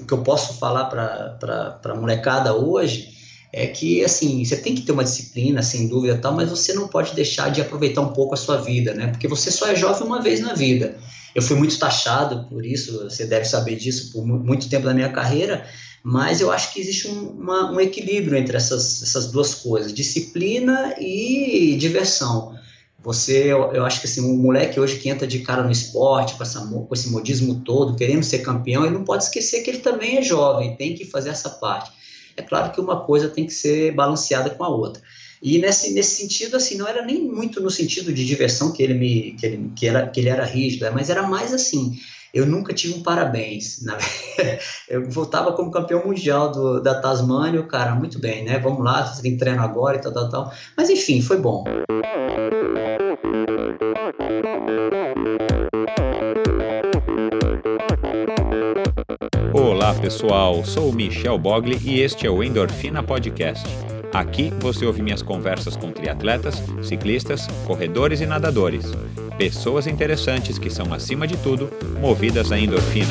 que eu posso falar para a molecada hoje é que, assim, você tem que ter uma disciplina, sem dúvida, tal, mas você não pode deixar de aproveitar um pouco a sua vida, né? Porque você só é jovem uma vez na vida. Eu fui muito taxado por isso, você deve saber disso, por muito tempo da minha carreira, mas eu acho que existe um equilíbrio entre essas duas coisas, disciplina e diversão. Eu acho que assim, um moleque hoje que entra de cara no esporte, com esse modismo todo, querendo ser campeão, ele não pode esquecer que ele também é jovem, tem que fazer essa parte. É claro que uma coisa tem que ser balanceada com a outra. E nesse sentido, assim, não era nem muito no sentido de diversão que ele era rígido, mas era mais assim, eu nunca tive um parabéns. Eu voltava como campeão mundial da Tasmânia, o cara, muito bem, né? Vamos lá, você tem treino agora e tal. Mas enfim, foi bom. Olá pessoal, sou o Michel Bogli e este é o Endorfina Podcast. Aqui você ouve minhas conversas com triatletas, ciclistas, corredores e nadadores. Pessoas interessantes que são, acima de tudo, movidas à endorfina.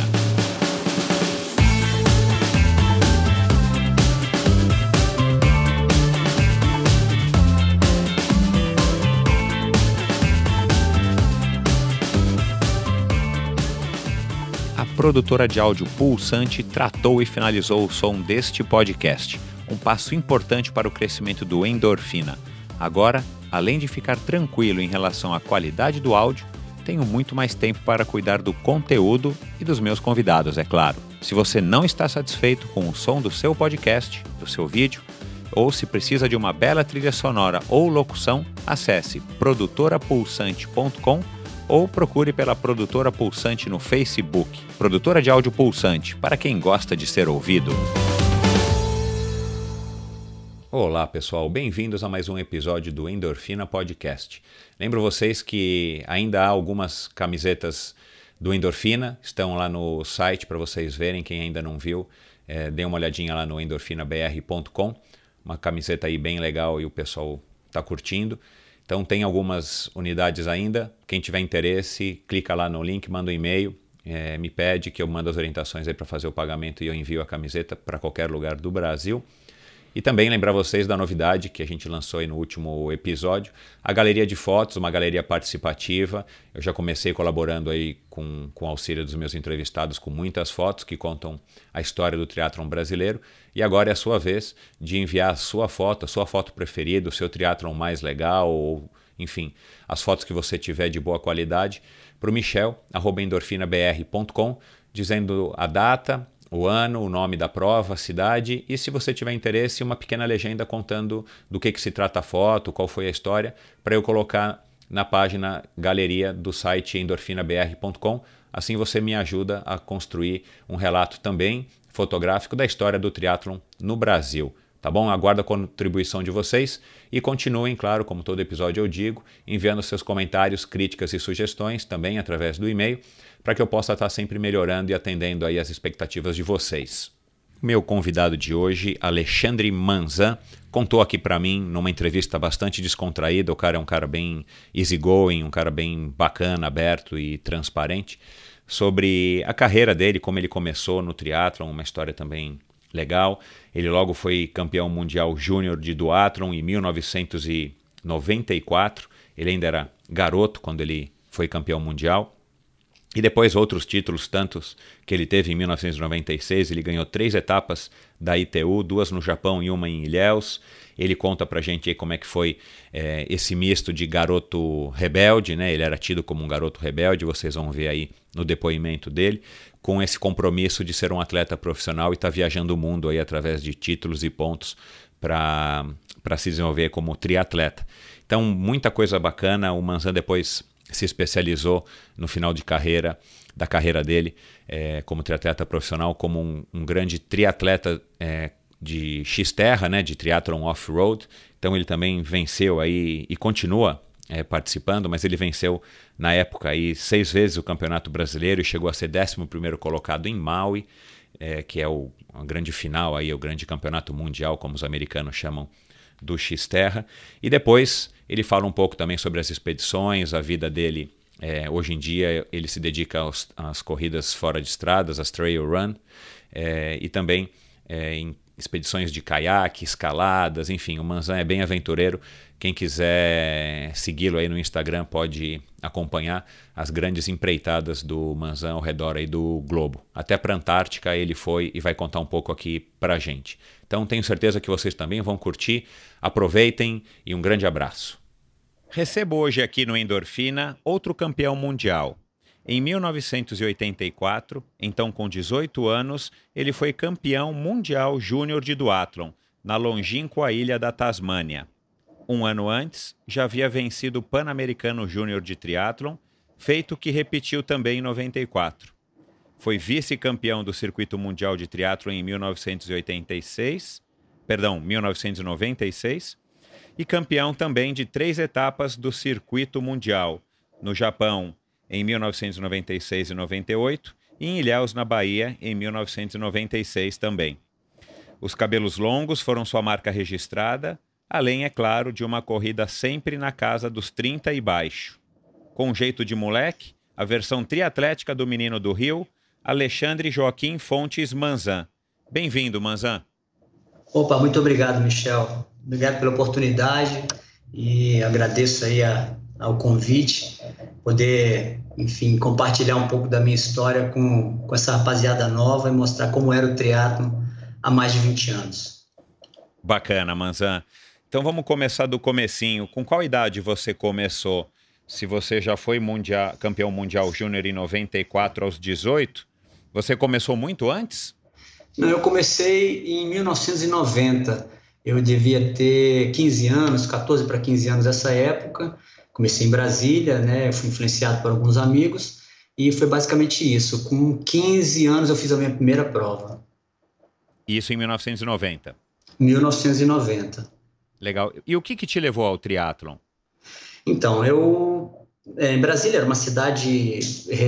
A produtora de áudio Pulsante tratou e finalizou o som deste podcast, um passo importante para o crescimento do Endorfina. Agora, além de ficar tranquilo em relação à qualidade do áudio, tenho muito mais tempo para cuidar do conteúdo e dos meus convidados, é claro. Se você não está satisfeito com o som do seu podcast, do seu vídeo, ou se precisa de uma bela trilha sonora ou locução, acesse produtorapulsante.com ou procure pela Produtora Pulsante no Facebook. Produtora de áudio Pulsante, para quem gosta de ser ouvido. Olá pessoal, bem-vindos a mais um episódio do Endorfina Podcast. Lembro vocês que ainda há algumas camisetas do Endorfina, estão lá no site para vocês verem, quem ainda não viu, dê uma olhadinha lá no endorfinabr.com, uma camiseta aí bem legal e o pessoal está curtindo. Então tem algumas unidades ainda, quem tiver interesse, clica lá no link, manda um e-mail, me pede que eu mando as orientações aí para fazer o pagamento e eu envio a camiseta para qualquer lugar do Brasil. E também lembrar vocês da novidade que a gente lançou aí no último episódio, a galeria de fotos, uma galeria participativa. Eu já comecei colaborando aí com o auxílio dos meus entrevistados com muitas fotos que contam a história do triatlon brasileiro. E agora é a sua vez de enviar a sua foto preferida, o seu triatlon mais legal, ou enfim, as fotos que você tiver de boa qualidade, para o michel@endorfinabr.com, dizendo a data, o ano, o nome da prova, a cidade e, se você tiver interesse, uma pequena legenda contando do que se trata a foto, qual foi a história, para eu colocar na página galeria do site endorfinabr.com. Assim você me ajuda a construir um relato também fotográfico da história do triatlon no Brasil. Tá bom? Aguardo a contribuição de vocês e continuem, claro, como todo episódio eu digo, enviando seus comentários, críticas e sugestões também através do e-mail, para que eu possa estar sempre melhorando e atendendo aí as expectativas de vocês. Meu convidado de hoje, Alexandre Manzan, contou aqui para mim, numa entrevista bastante descontraída, o cara é um cara bem easygoing, um cara bem bacana, aberto e transparente, sobre a carreira dele, como ele começou no triatlon, uma história também legal. Ele logo foi campeão mundial júnior de duatlon em 1994. Ele ainda era garoto quando ele foi campeão mundial. E depois outros títulos, tantos que ele teve em 1996. Ele ganhou 3 etapas da ITU, 2 no Japão e uma em Ilhéus. Ele conta pra gente aí como é que foi esse misto de garoto rebelde, né? Ele era tido como um garoto rebelde, vocês vão ver aí no depoimento dele, com esse compromisso de ser um atleta profissional e estar viajando o mundo aí através de títulos e pontos para se desenvolver como triatleta. Então, muita coisa bacana. O Manzan depois se especializou no final da carreira dele como triatleta profissional, como um grande triatleta de X-Terra, né, de triatlon off-road. Então ele também venceu aí e continua participando, mas ele venceu na época aí 6 vezes o Campeonato Brasileiro e chegou a ser 11º colocado em Maui, que é a grande final aí, o grande campeonato mundial, como os americanos chamam, do X-Terra. E depois ele fala um pouco também sobre as expedições, a vida dele. Hoje em dia ele se dedica às corridas fora de estradas, às trail run, e também em expedições de caiaque, escaladas, enfim, o Manzan é bem aventureiro. Quem quiser segui-lo aí no Instagram pode acompanhar as grandes empreitadas do Manzan ao redor aí do globo. Até para a Antártica ele foi e vai contar um pouco aqui para a gente. Então tenho certeza que vocês também vão curtir. Aproveitem e um grande abraço. Recebo hoje aqui no Endorfina outro campeão mundial. Em 1984, então com 18 anos, ele foi campeão mundial júnior de duatlon, na longínqua ilha da Tasmânia. Um ano antes, já havia vencido o Pan-Americano Júnior de Triatlon, feito que repetiu também em 94. Foi vice-campeão do Circuito Mundial de Triatlon em 1996, e campeão também de 3 etapas do Circuito Mundial, no Japão, em 1996 e 98, e em Ilhéus, na Bahia, em 1996 também. Os cabelos longos foram sua marca registrada, além, é claro, de uma corrida sempre na casa dos 30 e baixo. Com jeito de moleque, a versão triatlética do menino do Rio, Alexandre Joaquim Fontes Manzan. Bem-vindo, Manzan. Opa, muito obrigado, Michel. Obrigado pela oportunidade e agradeço aí ao convite, poder, enfim, compartilhar um pouco da minha história com essa rapaziada nova e mostrar como era o triatlon há mais de 20 anos. Bacana, Manzan. Então vamos começar do comecinho. Com qual idade você começou? Se você já foi campeão mundial júnior em 94 aos 18, você começou muito antes? Não, eu comecei em 1990. Eu devia ter 15 anos, 14 para 15 anos nessa época. Comecei em Brasília, né? Eu fui influenciado por alguns amigos e foi basicamente isso. Com 15 anos eu fiz a minha primeira prova. Isso em 1990? 1990. Legal. E o que te levou ao triatlon? Então, em Brasília era uma cidade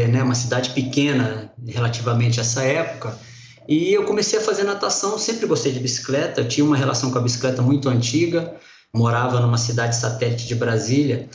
pequena relativamente a essa época, e eu comecei a fazer natação. Sempre gostei de bicicleta, eu tinha uma relação com a bicicleta muito antiga, morava numa cidade satélite de Brasília,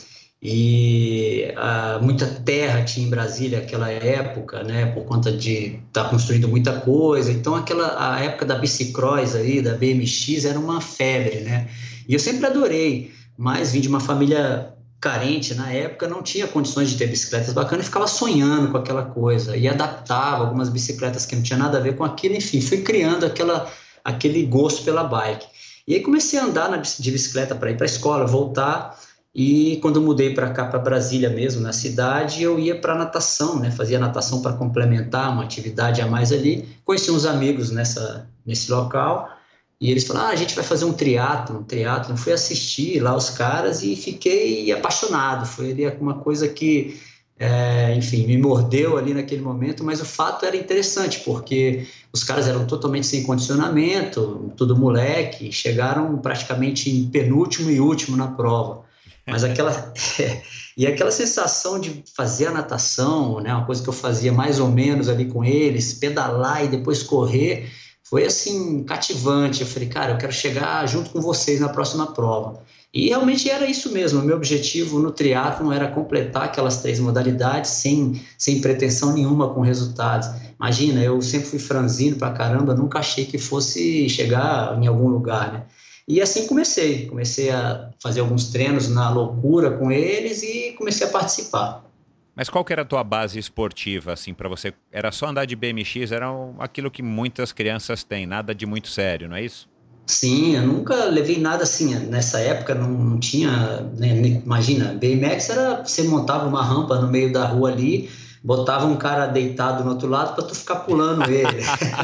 e muita terra tinha em Brasília naquela época, né, por conta de estar construindo muita coisa. Então a época da bicicross aí, da BMX, era uma febre, né, e eu sempre adorei, mas vim de uma família carente na época, não tinha condições de ter bicicletas bacanas e ficava sonhando com aquela coisa, e adaptava algumas bicicletas que não tinha nada a ver com aquilo. Enfim, fui criando aquele gosto pela bike, e aí comecei a andar de bicicleta para ir para a escola, voltar. E quando eu mudei para cá, para Brasília mesmo, na cidade, eu ia para natação, né? Fazia natação para complementar uma atividade a mais ali. Conheci uns amigos nesse local e eles falaram: a gente vai fazer um triatlon. Fui assistir lá os caras e fiquei apaixonado. Foi ali uma coisa que, enfim, me mordeu ali naquele momento, mas o fato era interessante, porque os caras eram totalmente sem condicionamento, tudo moleque, chegaram praticamente em penúltimo e último na prova. Mas aquela sensação de fazer a natação, né, uma coisa que eu fazia mais ou menos ali com eles, pedalar e depois correr, foi assim, cativante. Eu falei, cara, eu quero chegar junto com vocês na próxima prova. E realmente era isso mesmo. O meu objetivo no triatlon era completar aquelas 3 modalidades sem pretensão nenhuma com resultados. Imagina, eu sempre fui franzino pra caramba, nunca achei que fosse chegar em algum lugar, né? E assim comecei a fazer alguns treinos na loucura com eles e comecei a participar. Mas qual que era a tua base esportiva, assim, para você? Era só andar de BMX, era aquilo que muitas crianças têm, nada de muito sério, não é isso? Sim, eu nunca levei nada assim. Nessa época não tinha, né, imagina, BMX era, você montava uma rampa no meio da rua ali, botava um cara deitado no outro lado para tu ficar pulando ele.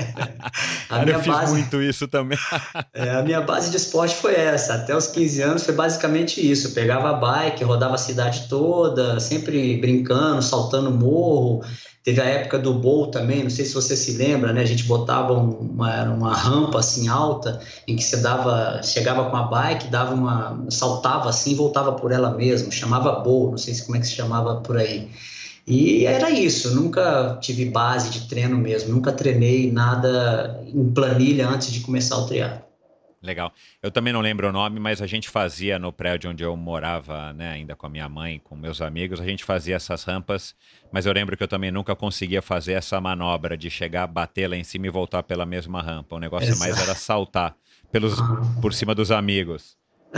Eu fiz muito isso também. A minha base de esporte foi essa. Até os 15 anos foi basicamente isso. Eu pegava a bike, rodava a cidade toda, sempre brincando, saltando morro. Teve a época do bowl também, não sei se você se lembra, né? A gente botava uma rampa assim alta, em que você chegava com a bike, saltava assim e voltava por ela mesmo. Chamava bowl, não sei como é que se chamava por aí. E era isso, nunca tive base de treino mesmo, nunca treinei nada em planilha antes de começar o triatlo. Legal. Eu também não lembro o nome, mas a gente fazia no prédio onde eu morava, né, ainda com a minha mãe, com meus amigos, a gente fazia essas rampas, mas eu lembro que eu também nunca conseguia fazer essa manobra de chegar, bater lá em cima e voltar pela mesma rampa. O negócio mais era Exato. saltar por cima dos amigos.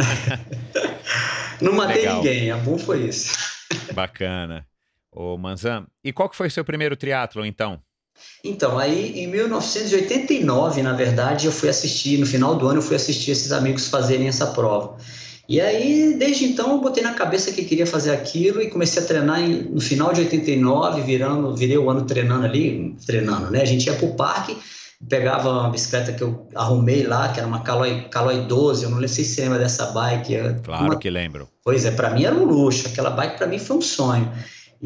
Não matei Legal, ninguém, a bom foi isso. bacana. Ô Manzan, e qual que foi seu primeiro triatlo então? Então, aí em 1989, na verdade, eu fui assistir, no final do ano, eu fui assistir esses amigos fazerem essa prova. E aí, desde então, eu botei na cabeça que queria fazer aquilo e comecei a treinar no final de 89, virei o ano treinando ali, treinando, né? A gente ia pro parque, pegava uma bicicleta que eu arrumei lá, que era uma Caloi 12, eu não sei se você lembra dessa bike. Claro que lembro. Pois é, para mim era um luxo, aquela bike para mim foi um sonho.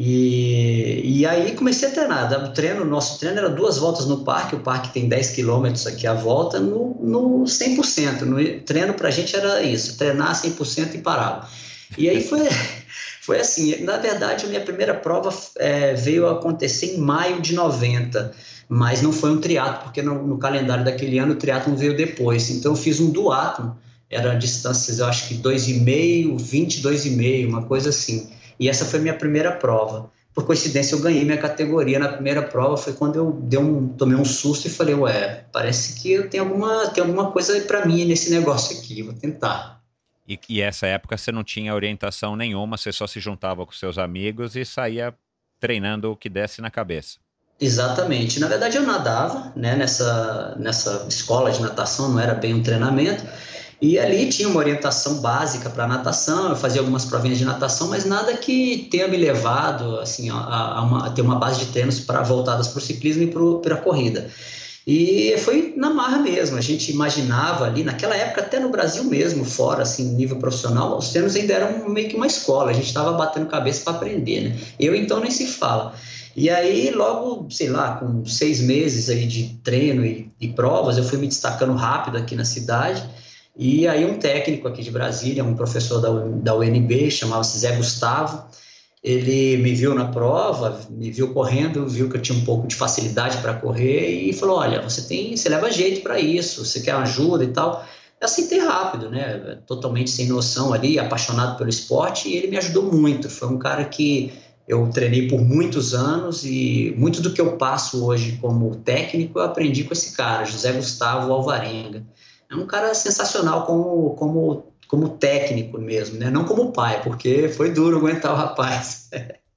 E aí comecei a treinar. Nosso treino era 2 voltas no parque, o parque tem 10 quilômetros aqui a volta, no 100%. No treino para a gente era isso, treinar 100% e parar. E aí foi assim, na verdade a minha primeira prova veio a acontecer em maio de 90, mas não foi um triatlo, porque no calendário daquele ano o triatlo veio depois. Então eu fiz um duatlo, era distâncias, eu acho que 2,5, 20, 2,5, uma coisa assim. E essa foi a minha primeira prova. Por coincidência, eu ganhei minha categoria na primeira prova. Foi quando eu tomei um susto e falei, ué, parece que eu tenho alguma coisa para mim nesse negócio aqui, vou tentar. E essa época você não tinha orientação nenhuma, você só se juntava com seus amigos e saía treinando o que desse na cabeça. Exatamente. Na verdade, eu nadava, né, nessa escola de natação, não era bem um treinamento. E ali tinha uma orientação básica para natação, eu fazia algumas provinhas de natação, mas nada que tenha me levado assim, a ter uma base de treinos voltadas para o ciclismo e para a corrida. E foi na marra mesmo, a gente imaginava ali, naquela época, até no Brasil mesmo, fora, assim, nível profissional, os treinos ainda eram meio que uma escola, a gente estava batendo cabeça para aprender, né? Eu, então, nem se fala. E aí, logo, sei lá, com 6 meses aí de treino e provas, eu fui me destacando rápido aqui na cidade. E aí um técnico aqui de Brasília, um professor da UNB, chamava-se Zé Gustavo, ele me viu na prova, me viu correndo, viu que eu tinha um pouco de facilidade para correr e falou, olha, você leva jeito para isso, você quer ajuda e tal. Eu aceitei rápido, né, totalmente sem noção ali, apaixonado pelo esporte, e ele me ajudou muito. Foi um cara que eu treinei por muitos anos e muito do que eu passo hoje como técnico eu aprendi com esse cara, José Gustavo Alvarenga. É um cara sensacional como técnico mesmo, né? Não como pai, porque foi duro aguentar o rapaz.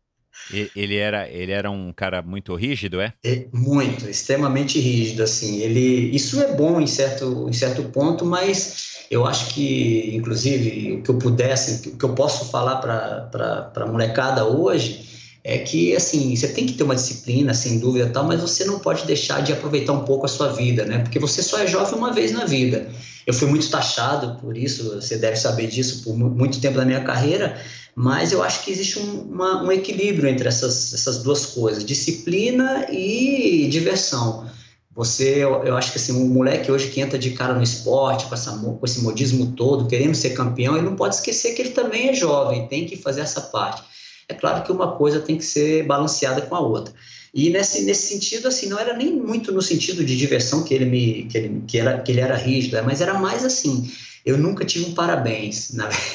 Ele era um cara muito rígido, é? Muito, extremamente rígido, assim. Isso é bom em certo ponto, mas eu acho que, inclusive, o que eu pudesse, o que eu posso falar para a molecada hoje é que, assim, você tem que ter uma disciplina, sem dúvida, tal, mas você não pode deixar de aproveitar um pouco a sua vida, né? Porque você só é jovem uma vez na vida. Eu fui muito taxado por isso, você deve saber disso, por muito tempo da minha carreira, mas eu acho que existe um equilíbrio entre essas duas coisas, disciplina e diversão. Eu acho que assim, um moleque hoje que entra de cara no esporte, com esse modismo todo, querendo ser campeão, ele não pode esquecer que ele também é jovem, tem que fazer essa parte. É claro que uma coisa tem que ser balanceada com a outra. E nesse sentido, assim, não era nem muito no sentido de diversão que ele era rígido, mas era mais assim, eu nunca tive um parabéns.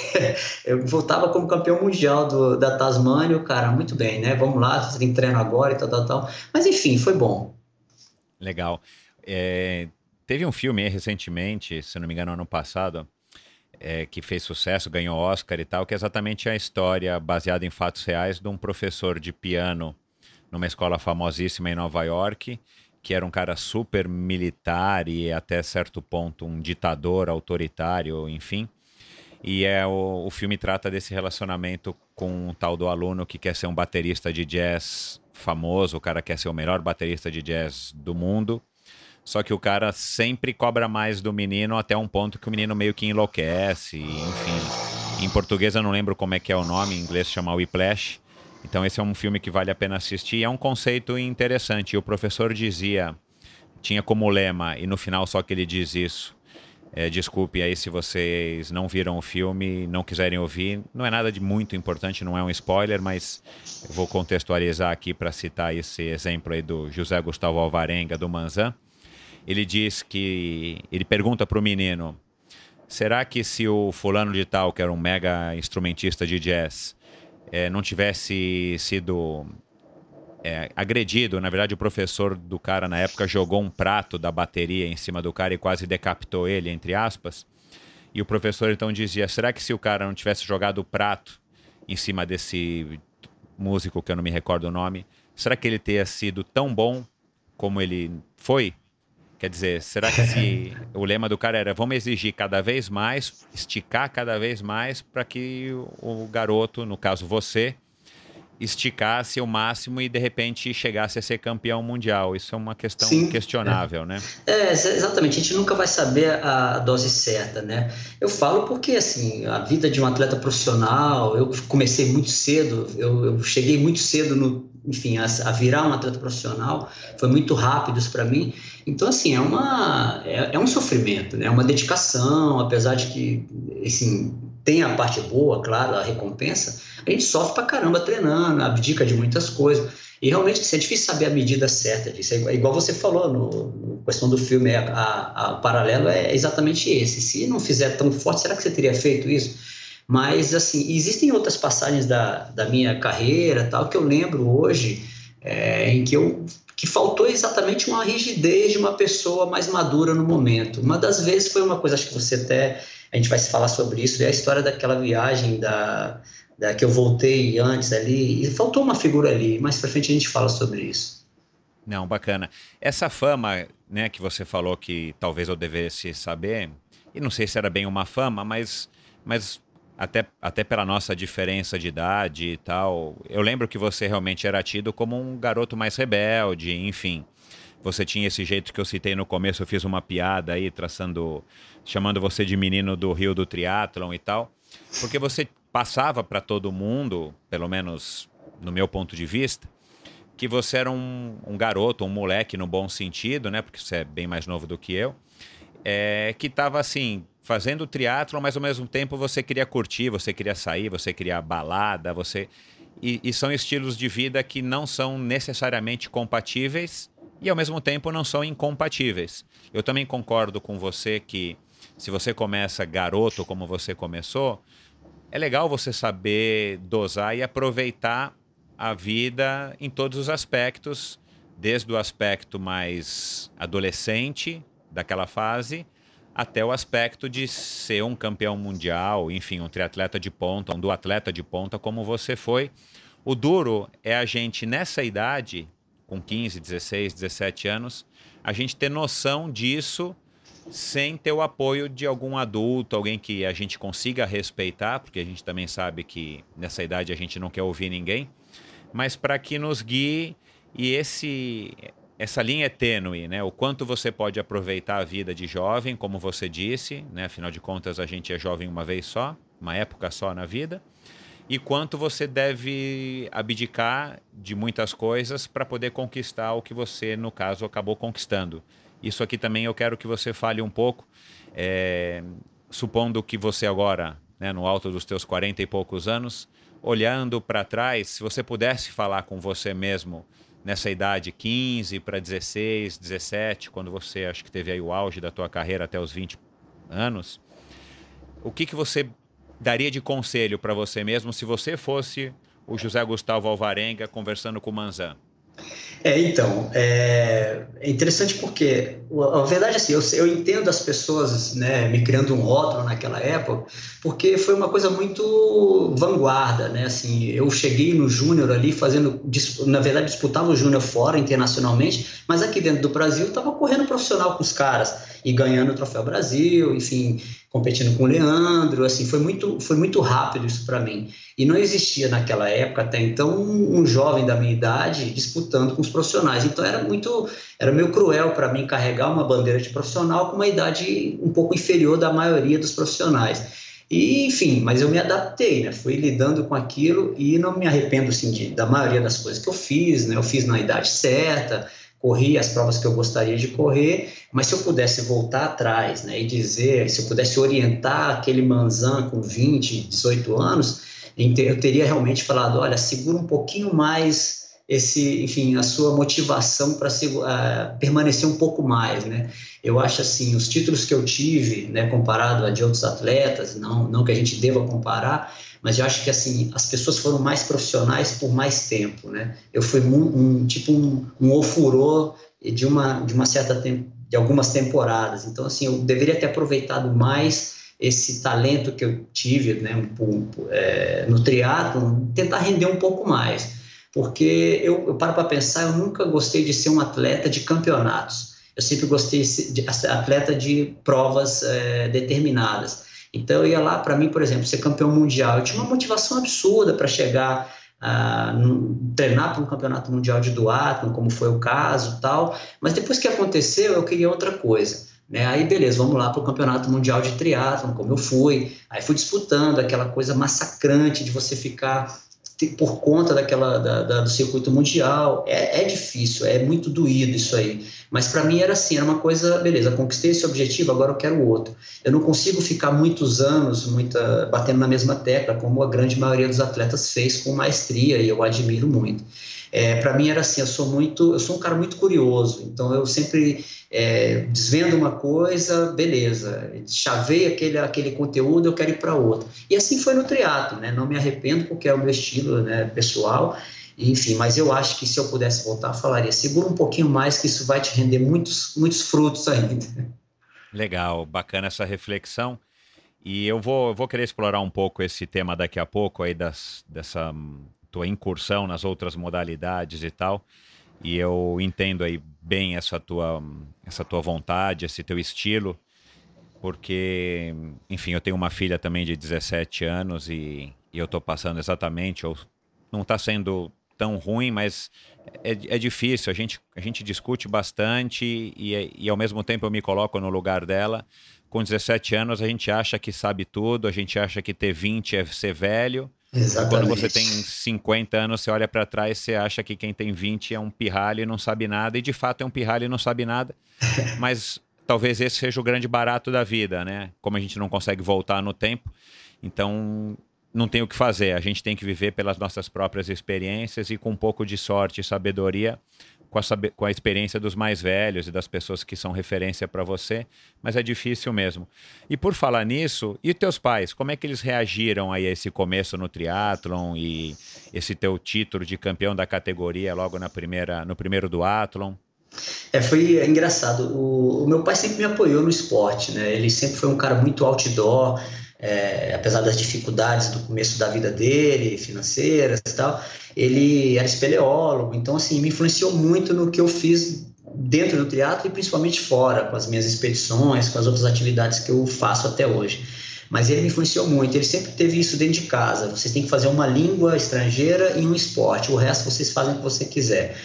Eu voltava como campeão mundial da Tasmânia, o cara, muito bem, né? Vamos lá, você tem treino agora e tal, tal, tal. Mas enfim, foi bom. Legal. Teve um filme aí recentemente, se não me engano, ano passado, que fez sucesso, ganhou Oscar e tal, que é exatamente a história baseada em fatos reais de um professor de piano numa escola famosíssima em Nova York, que era um cara super militar e até certo ponto um ditador autoritário, enfim. E o filme trata desse relacionamento com um tal do aluno que quer ser um baterista de jazz famoso, o cara quer ser o melhor baterista de jazz do mundo, só que o cara sempre cobra mais do menino até um ponto que o menino meio que enlouquece, enfim. Em português eu não lembro como é que é o nome, em inglês chama Whiplash. Então esse é um filme que vale a pena assistir, é um conceito interessante. E o professor tinha como lema, e no final só que ele diz isso, desculpe aí se vocês não viram o filme, não quiserem ouvir, não é nada de muito importante, não é um spoiler, mas eu vou contextualizar aqui para citar esse exemplo aí do José Gustavo Alvarenga, do Manzan. Ele diz que, ele pergunta para o menino, será que se o fulano de tal, que era um mega instrumentista de jazz, não tivesse sido agredido, na verdade o professor do cara na época jogou um prato da bateria em cima do cara e quase decapitou ele, entre aspas, e o professor então dizia, será que se o cara não tivesse jogado o prato em cima desse músico, que eu não me recordo o nome, será que ele teria sido tão bom como ele foi? Quer dizer, será que se o lema do cara era vamos exigir cada vez mais, esticar cada vez mais para que o garoto, no caso você, esticasse o máximo e de repente chegasse a ser campeão mundial. Isso é uma questão Sim, questionável, né? Exatamente, a gente nunca vai saber a dose certa, né? Eu falo porque, assim, a vida de um atleta profissional, eu comecei muito cedo, eu cheguei muito cedo, enfim, a virar um atleta profissional, foi muito rápido isso para mim. Então, assim, é um sofrimento, né? É uma dedicação, apesar de que, assim, tem a parte boa, claro, a recompensa, a gente sofre pra caramba treinando, abdica de muitas coisas. E realmente assim, é difícil saber a medida certa disso. É igual você falou no questão do filme, o paralelo é exatamente esse. Se não fizer tão forte, será que você teria feito isso? Mas, assim, existem outras passagens da minha carreira, tal, que eu lembro hoje, em que faltou exatamente uma rigidez de uma pessoa mais madura no momento. Uma das vezes foi uma coisa, acho que você até, a gente vai se falar sobre isso, é a história daquela viagem que eu voltei antes ali, e faltou uma figura ali, mais pra frente a gente fala sobre isso. Não, bacana. Essa fama, né, que você falou que talvez eu devesse saber, e não sei se era bem uma fama, mas até pela nossa diferença de idade e tal, eu lembro que você realmente era tido como um garoto mais rebelde, enfim. Você tinha esse jeito que eu citei no começo, eu fiz uma piada aí, chamando você de menino do Rio do Triatlon e tal, porque você passava para todo mundo, pelo menos no meu ponto de vista, que você era um garoto, um moleque no bom sentido, né? Porque você é bem mais novo do que eu, que estava assim, fazendo triatlon, mas ao mesmo tempo você queria curtir, você queria sair, você queria balada, e são estilos de vida que não são necessariamente compatíveis e ao mesmo tempo não são incompatíveis. Eu também concordo com você que se você começa garoto como você começou, é legal você saber dosar e aproveitar a vida em todos os aspectos, desde o aspecto mais adolescente daquela fase até o aspecto de ser um campeão mundial, enfim, um triatleta de ponta, um duatleta de ponta como você foi. O duro é a gente, nessa idade, com 15, 16, 17 anos, a gente ter noção disso sem ter o apoio de algum adulto, alguém que a gente consiga respeitar, porque a gente também sabe que nessa idade a gente não quer ouvir ninguém, mas para que nos guie e essa linha é tênue, né? O quanto você pode aproveitar a vida de jovem, como você disse, né? Afinal de contas a gente é jovem uma vez só, uma época só na vida, e quanto você deve abdicar de muitas coisas para poder conquistar o que você, no caso, acabou conquistando. Isso aqui também eu quero que você fale um pouco, supondo que você agora, né, no alto dos teus 40 e poucos anos, olhando para trás, se você pudesse falar com você mesmo nessa idade 15 para 16, 17, quando você acho que teve aí o auge da tua carreira até os 20 anos, o que você daria de conselho para você mesmo se você fosse o José Gustavo Alvarenga conversando com o Manzan? Então, é interessante porque a verdade é assim, eu entendo as pessoas, né, me criando um rótulo naquela época, porque foi uma coisa muito vanguarda, né, assim, eu cheguei no Júnior ali na verdade disputava o Júnior fora, internacionalmente, mas aqui dentro do Brasil estava correndo profissional com os caras e ganhando o Troféu Brasil, enfim, competindo com o Leandro, assim, foi muito rápido isso para mim. E não existia naquela época, até então, um jovem da minha idade disputando com os profissionais. Então era meio cruel para mim carregar uma bandeira de profissional com uma idade um pouco inferior da maioria dos profissionais. E, enfim, mas eu me adaptei, né? Fui lidando com aquilo e não me arrependo, assim, da maioria das coisas que eu fiz, né? Eu fiz na idade certa, corri as provas que eu gostaria de correr, mas se eu pudesse voltar atrás, né, e dizer, se eu pudesse orientar aquele Manzan com 20, 18 anos, eu teria realmente falado, olha, segura um pouquinho mais enfim, a sua motivação para permanecer um pouco mais, né? Eu acho assim, os títulos que eu tive, né, comparado a de outros atletas, não que a gente deva comparar, mas eu acho que assim, as pessoas foram mais profissionais por mais tempo, né? Eu fui um ofurô de algumas temporadas, então assim, eu deveria ter aproveitado mais esse talento que eu tive, né, no triatlon, tentar render um pouco mais, porque eu paro para pensar, eu nunca gostei de ser um atleta de campeonatos, eu sempre gostei de ser atleta de provas determinadas. Então eu ia lá, para mim, por exemplo, ser campeão mundial, eu tinha uma motivação absurda para chegar treinar para um campeonato mundial de duatlon, como foi o caso, tal, mas depois que aconteceu, eu queria outra coisa. Né? Aí, beleza, vamos lá para o Campeonato Mundial de Triatlon, como eu fui. Aí fui disputando aquela coisa massacrante de você ficar por conta do circuito mundial. É difícil, é muito doído isso aí. Mas para mim era assim, era uma coisa, beleza, conquistei esse objetivo, agora eu quero outro. Eu não consigo ficar muitos anos batendo na mesma tecla, como a grande maioria dos atletas fez com maestria, e eu admiro muito. Para mim era assim, eu sou um cara muito curioso, então eu sempre desvendo uma coisa, beleza, chavei aquele conteúdo, eu quero ir para outro. E assim foi no triatlo, né? Não me arrependo porque é o meu estilo, né, pessoal, enfim, mas eu acho que se eu pudesse voltar, eu falaria, segura um pouquinho mais que isso vai te render muitos, muitos frutos ainda. Legal, bacana essa reflexão. E eu vou querer explorar um pouco esse tema daqui a pouco aí dessa tua incursão nas outras modalidades e tal, e eu entendo aí bem essa tua vontade, esse teu estilo, porque, enfim, eu tenho uma filha também de 17 anos e eu tô passando exatamente, não tá sendo tão ruim, mas é difícil, a gente discute bastante e ao mesmo tempo eu me coloco no lugar dela. Com 17 anos a gente acha que sabe tudo, a gente acha que ter 20 é ser velho. Exatamente. E quando você tem 50 anos, você olha para trás, você acha que quem tem 20 é um pirralho e não sabe nada, e de fato é um pirralho e não sabe nada, mas talvez esse seja o grande barato da vida, né? Como a gente não consegue voltar no tempo, então não tem o que fazer, a gente tem que viver pelas nossas próprias experiências e com um pouco de sorte e sabedoria, com a experiência dos mais velhos e das pessoas que são referência para você, mas é difícil mesmo. E por falar nisso, e teus pais, como é que eles reagiram aí a esse começo no triatlon e esse teu título de campeão da categoria logo no primeiro duatlon? Foi engraçado, o meu pai sempre me apoiou no esporte, né? Ele sempre foi um cara muito outdoor, apesar das dificuldades do começo da vida dele, financeiras e tal, ele era espeleólogo, então assim, me influenciou muito no que eu fiz dentro do triatlo e principalmente fora, com as minhas expedições, com as outras atividades que eu faço até hoje. Mas ele me influenciou muito, ele sempre teve isso dentro de casa, vocês têm que fazer uma língua estrangeira e um esporte, o resto vocês fazem o que você quiser.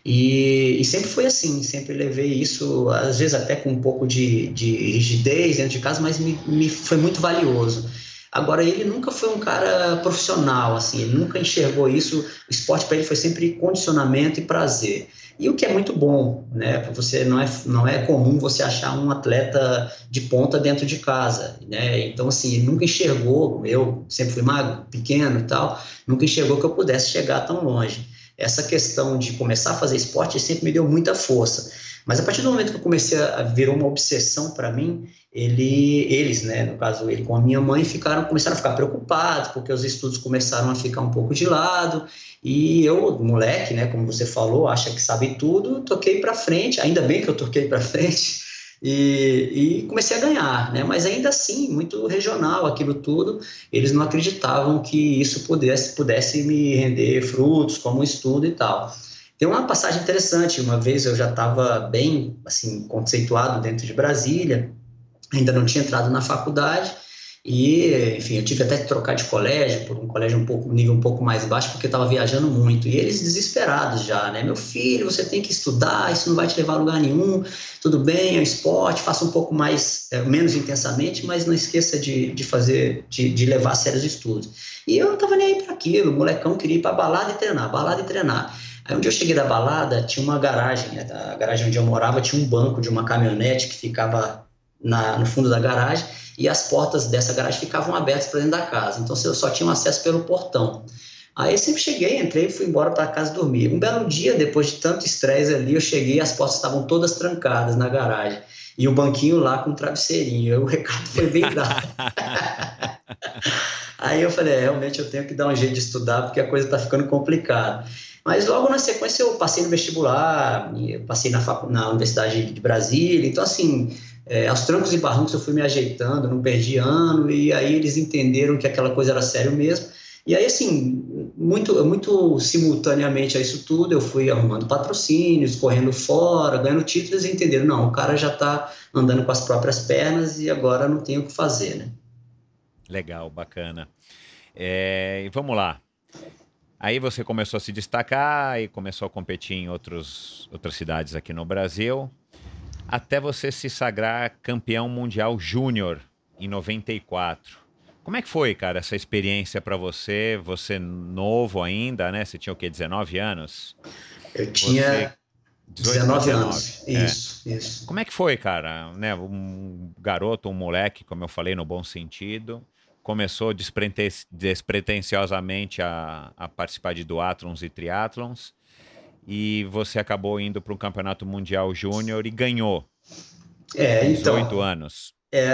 E sempre foi assim, sempre levei isso, às vezes até com um pouco de rigidez dentro de casa, mas me foi muito valioso. Agora, ele nunca foi um cara profissional, assim, ele nunca enxergou isso, o esporte para ele foi sempre condicionamento e prazer. E o que é muito bom, né? Você não é comum você achar um atleta de ponta dentro de casa, né? Então, assim, ele nunca enxergou, eu sempre fui magro, pequeno e tal, nunca enxergou que eu pudesse chegar tão longe. Essa questão de começar a fazer esporte sempre me deu muita força. Mas a partir do momento que eu comecei virou uma obsessão para mim, eles, né, no caso ele com a minha mãe, começaram a ficar preocupados, porque os estudos começaram a ficar um pouco de lado, e eu, moleque, né, como você falou, acha que sabe tudo, toquei para frente, ainda bem que eu toquei para frente, e comecei a ganhar, né? Mas ainda assim, muito regional aquilo tudo, eles não acreditavam que isso pudesse me render frutos como estudo e tal. Tem uma passagem interessante, uma vez eu já estava bem assim, conceituado dentro de Brasília, ainda não tinha entrado na faculdade, e, enfim, eu tive até que trocar de colégio, por um colégio nível um pouco mais baixo, porque eu estava viajando muito, e eles desesperados já, né, meu filho, você tem que estudar, isso não vai te levar a lugar nenhum, tudo bem, é um esporte, faça um pouco mais, menos intensamente, mas não esqueça de levar a sério os estudos. E eu não estava nem aí para aquilo, o molecão queria ir para balada e treinar. Aí um dia eu cheguei da balada, tinha uma garagem, né, a garagem onde eu morava tinha um banco de uma caminhonete que ficava no fundo da garagem, e as portas dessa garagem ficavam abertas para dentro da casa, então eu só tinha acesso pelo portão. Aí eu sempre cheguei, entrei, fui embora para casa dormir. Um belo dia, depois de tanto estresse ali, eu cheguei, as portas estavam todas trancadas na garagem. E o banquinho lá com um travesseirinho. O recado foi bem dado. Aí eu falei, realmente eu tenho que dar um jeito de estudar, porque a coisa está ficando complicada. Mas logo na sequência eu passei no vestibular, eu passei na Universidade de Brasília, então assim, aos trancos e barrancos eu fui me ajeitando, não perdi ano, e aí eles entenderam que aquela coisa era sério mesmo. E aí, assim, muito simultaneamente a isso tudo, eu fui arrumando patrocínios, correndo fora, ganhando títulos e entenderam, não, o cara já está andando com as próprias pernas e agora não tem o que fazer, né? Legal, bacana. E vamos lá. Aí você começou a se destacar e começou a competir em outras cidades aqui no Brasil, até você se sagrar campeão mundial júnior em 94. Como é que foi, cara, essa experiência para você? Você novo ainda, né? Você tinha o quê, 19 anos? Eu tinha 19 anos, isso. Como é que foi, cara? Né? Um garoto, um moleque, como eu falei, no bom sentido, começou despretensiosamente a participar de duatlons e triatlons, e você acabou indo para um campeonato mundial júnior e ganhou. Com 18 anos.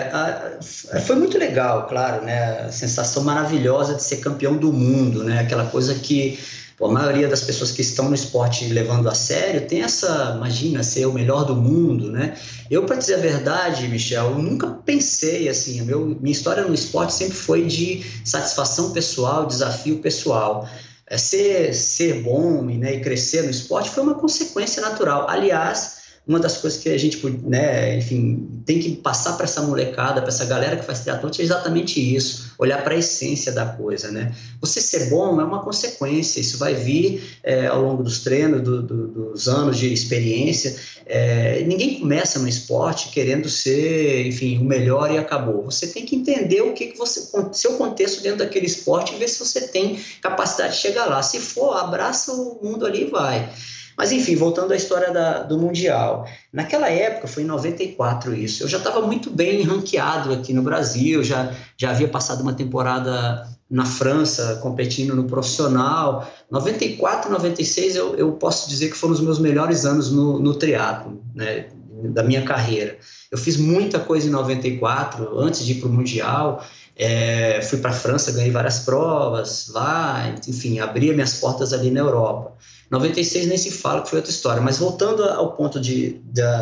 Foi muito legal, claro, né? A sensação maravilhosa de ser campeão do mundo, né? Aquela coisa que a maioria das pessoas que estão no esporte levando a sério tem essa, imagina, ser o melhor do mundo, né? Eu, para dizer a verdade, Michel, eu nunca pensei assim, minha história no esporte sempre foi de satisfação pessoal, desafio pessoal. Ser bom, né, e crescer no esporte foi uma consequência natural. Aliás, uma das coisas que a gente, né, enfim, tem que passar para essa molecada, para essa galera que faz triatlon, é exatamente isso, olhar para a essência da coisa, né? Você ser bom é uma consequência, isso vai vir ao longo dos treinos, dos anos de experiência. Ninguém começa no esporte querendo ser, enfim, o melhor e acabou. Você tem que entender o que você, seu contexto dentro daquele esporte e ver se você tem capacidade de chegar lá. Se for, abraça o mundo ali e vai. Mas, enfim, voltando à história do Mundial. Naquela época, foi em 94 isso, eu já estava muito bem ranqueado aqui no Brasil, já havia passado uma temporada na França, competindo no profissional. 94, 96, eu posso dizer que foram os meus melhores anos no triatlo, né, da minha carreira. Eu fiz muita coisa em 94, antes de ir para o Mundial. Fui para a França, ganhei várias provas lá, enfim, abri minhas portas ali na Europa. 96 nem se fala, que foi outra história, mas voltando ao ponto de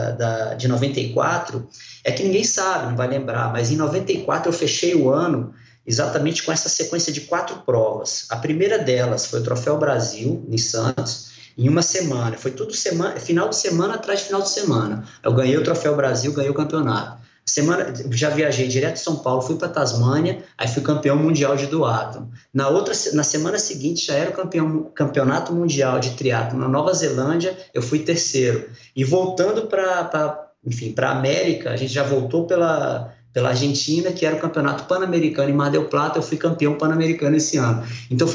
94, é que ninguém sabe, não vai lembrar, mas em 94 eu fechei o ano exatamente com essa sequência de 4 provas. A primeira delas foi o Troféu Brasil, em Santos, em uma semana, foi tudo final de semana atrás de final de semana. Eu ganhei o Troféu Brasil, ganhei o campeonato. Já viajei direto de São Paulo, fui para Tasmânia, aí fui campeão mundial de duatlon. Na semana seguinte já era o campeonato mundial de triatlon na Nova Zelândia, eu fui terceiro. E voltando para a América, a gente já voltou pela Argentina, que era o campeonato pan-americano em Mar del Plata, eu fui campeão pan-americano esse ano. Então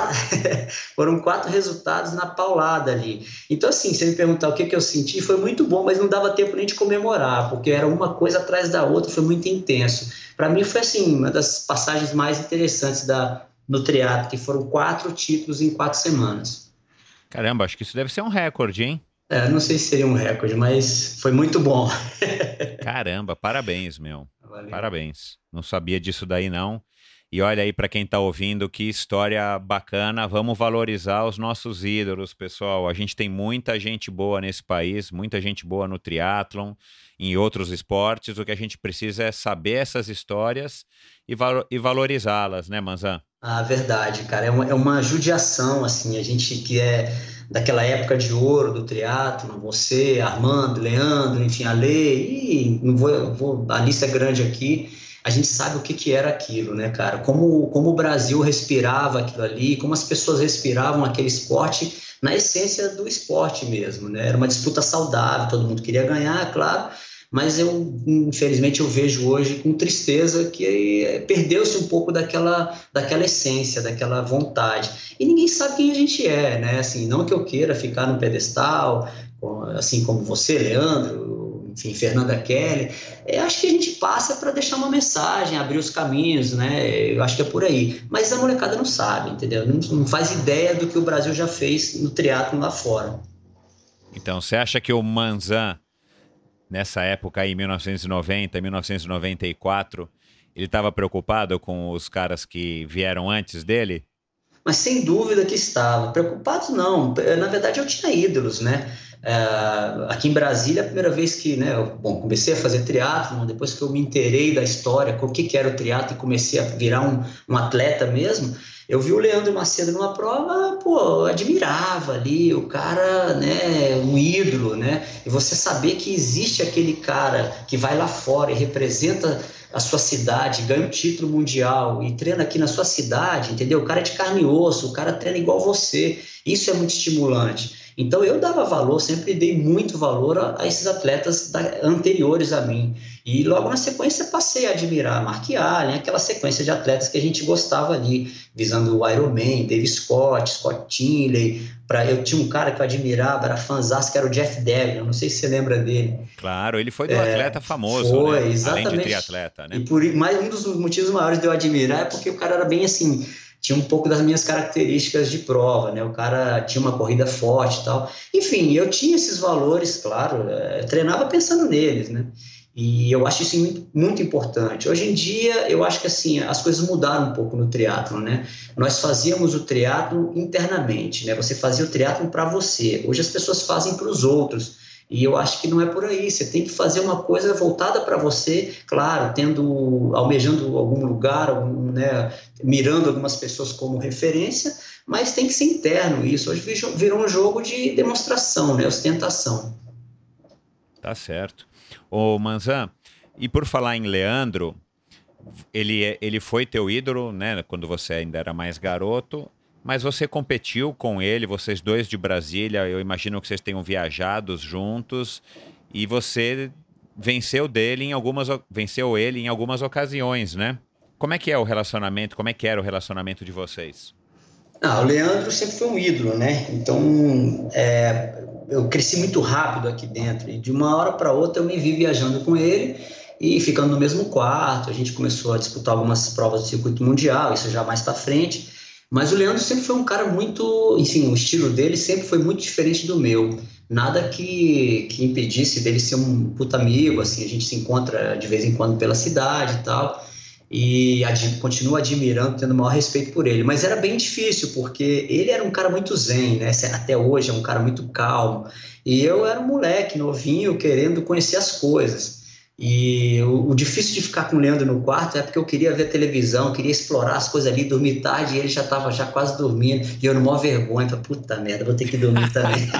foram 4 resultados na paulada ali. Então, assim, se você me perguntar o que eu senti, foi muito bom, mas não dava tempo nem de comemorar, porque era uma coisa atrás da outra, foi muito intenso. Para mim foi, assim, uma das passagens mais interessantes no triatlo, que foram 4 títulos em 4 semanas. Caramba, acho que isso deve ser um recorde, hein? Não sei se seria um recorde, mas foi muito bom. Caramba, parabéns, meu. Valeu. Parabéns. Não sabia disso daí, não. E olha aí para quem está ouvindo, que história bacana. Vamos valorizar os nossos ídolos, pessoal. A gente tem muita gente boa nesse país, muita gente boa no triatlon, em outros esportes. O que a gente precisa é saber essas histórias e valorizá-las, né, Manzan? Verdade, cara. É uma judiação, assim, a gente que é daquela época de ouro do triatlon, você, Armando, Leandro, enfim, a Lei, e não a lista é grande aqui, a gente sabe o que era aquilo, né, cara? Como o Brasil respirava aquilo ali, como as pessoas respiravam aquele esporte na essência do esporte mesmo, né? Era uma disputa saudável, todo mundo queria ganhar, claro, mas infelizmente, eu vejo hoje com tristeza que perdeu-se um pouco daquela essência, daquela vontade. E ninguém sabe quem a gente é, né? Assim, não que eu queira ficar no pedestal, assim como você, Leandro, enfim, Fernanda Keller. Acho que a gente passa para deixar uma mensagem, abrir os caminhos, né? Eu acho que é por aí. Mas a molecada não sabe, entendeu? Não faz ideia do que o Brasil já fez no triatlon lá fora. Então, você acha que o Manzan, nessa época aí, 1990, 1994, ele estava preocupado com os caras que vieram antes dele? Mas sem dúvida que estava. Preocupado não. Na verdade, eu tinha ídolos, né? Aqui em Brasília, a primeira vez que, né, comecei a fazer triatlon, depois que eu me inteirei da história, o que era o triatlon e comecei a virar um atleta mesmo, eu vi o Leandro Macedo numa prova, pô, eu admirava ali, o cara, né, um ídolo, né? E você saber que existe aquele cara que vai lá fora e representa a sua cidade, ganha um título mundial e treina aqui na sua cidade, entendeu? O cara é de carne e osso, o cara treina igual você. Isso é muito estimulante. Então eu dava valor, sempre dei muito valor a esses atletas anteriores a mim. E logo na sequência passei a admirar Mark Allen, aquela sequência de atletas que a gente gostava ali, visando o Ironman, Dave Scott, Scott Tinley. Eu tinha um cara que eu admirava, era fãzaço, que era o Jeff Devlin, não sei se você lembra dele. Claro, ele foi do atleta famoso, foi, né? Exatamente. Além de triatleta, né? Mas um dos motivos maiores de eu admirar é porque o cara era bem assim, tinha um pouco das minhas características de prova, né? O cara tinha uma corrida forte e tal. Enfim, eu tinha esses valores, claro, treinava pensando neles, né? E eu acho isso muito, muito importante. Hoje em dia, eu acho que assim, as coisas mudaram um pouco no triatlon, né? Nós fazíamos o triatlon internamente, né? Você fazia o triatlon para você. Hoje as pessoas fazem para os outros. E eu acho que não é por aí. Você tem que fazer uma coisa voltada para você, claro, almejando algum lugar, né, mirando algumas pessoas como referência, mas tem que ser interno isso. Hoje virou um jogo de demonstração, né, ostentação. Tá certo. Ô Manzan, e por falar em Leandro, ele foi teu ídolo, né, quando você ainda era mais garoto, mas você competiu com ele, vocês dois de Brasília, eu imagino que vocês tenham viajado juntos, e você venceu ele em algumas ocasiões, né? Como é que é o relacionamento, como é que era o relacionamento de vocês? O Leandro sempre foi um ídolo, né? Então, eu cresci muito rápido aqui dentro, e de uma hora para outra eu me vi viajando com ele e ficando no mesmo quarto. A gente começou a disputar algumas provas do circuito mundial, isso já mais para frente. Mas o Leandro sempre foi um cara muito, enfim, o estilo dele sempre foi muito diferente do meu. Nada que impedisse dele ser um puta amigo, assim, a gente se encontra de vez em quando pela cidade e tal, e continuo admirando, tendo o maior respeito por ele. Mas era bem difícil, porque ele era um cara muito zen, né? Até hoje é um cara muito calmo. E eu era um moleque novinho, querendo conhecer as coisas. E o difícil de ficar com o Leandro no quarto é porque eu queria ver televisão, queria explorar as coisas ali, dormir tarde, e ele já estava já quase dormindo, e eu numa vergonha, falei, puta merda, vou ter que dormir também.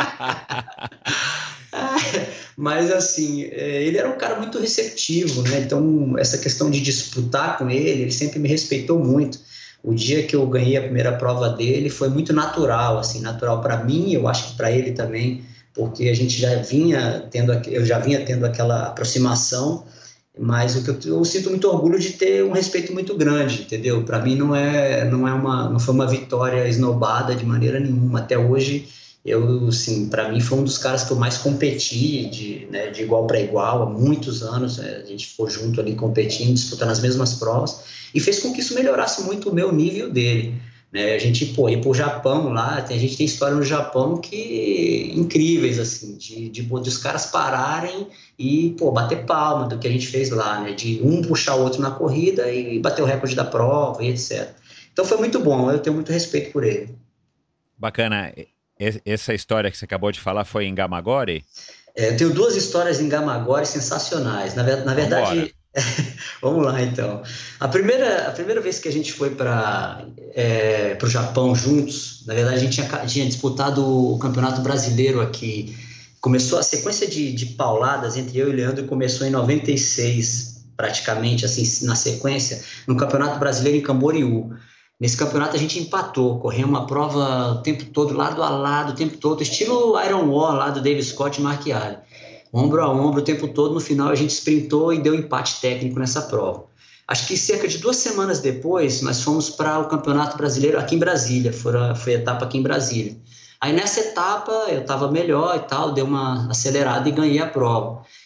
Mas assim, ele era um cara muito receptivo, né? Então essa questão de disputar com ele sempre me respeitou muito. O dia que eu ganhei a primeira prova dele foi muito natural, assim, natural para mim, eu acho que para ele também, porque a gente eu já vinha tendo aquela aproximação, mas eu sinto muito orgulho de ter um respeito muito grande, entendeu? Para mim não foi uma vitória esnobada de maneira nenhuma. Até hoje, assim, para mim foi um dos caras que eu mais competi de igual para igual, há muitos anos, a gente ficou junto ali competindo, disputando as mesmas provas, e fez com que isso melhorasse muito o meu nível dele. A gente ir para o Japão lá, a gente tem história no Japão que incríveis, assim, de os caras pararem e bater palma do que a gente fez lá, né? De um puxar o outro na corrida e bater o recorde da prova e etc. Então foi muito bom, eu tenho muito respeito por ele. Bacana. Essa história que você acabou de falar foi em Gamagori? Eu tenho duas histórias em Gamagori sensacionais. Na verdade, vamos lá então. A primeira vez que a gente foi para o Japão juntos, na verdade a gente tinha disputado o Campeonato Brasileiro aqui. Começou a sequência de pauladas entre eu e o Leandro, começou em 96, praticamente assim, na sequência, no Campeonato Brasileiro em Camboriú. Nesse campeonato a gente empatou, corremos uma prova o tempo todo, lado a lado, o tempo todo, estilo Iron War lá do Dave Scott e Mark Allen. Ombro a ombro o tempo todo, no final a gente sprintou e deu empate técnico nessa prova. Acho que cerca de 2 semanas depois, nós fomos para o Campeonato Brasileiro aqui em Brasília, foi a etapa aqui em Brasília. Aí nessa etapa eu estava melhor e tal, dei uma acelerada e ganhei a prova.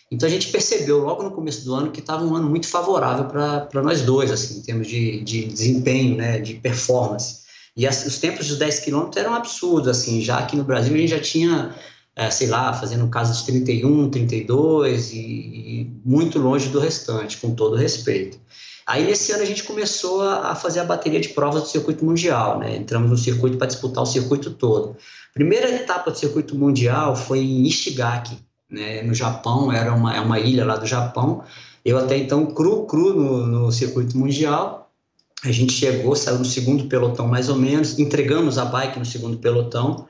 Então a gente percebeu logo no começo do ano que estava um ano muito favorável para nós dois, assim, em termos de desempenho, né, de performance. E os tempos dos 10 quilômetros eram absurdos, assim, já aqui no Brasil a gente já tinha, sei lá, fazendo casa de 31, 32 e muito longe do restante, com todo respeito. Aí nesse ano a gente começou a fazer a bateria de provas do circuito mundial, né? Entramos no circuito para disputar o circuito todo. Primeira etapa do circuito mundial foi em Ishigaki, né, no Japão, é uma ilha lá do Japão. Eu até então cru no circuito mundial. A gente chegou, saiu no segundo pelotão mais ou menos, entregamos a bike no segundo pelotão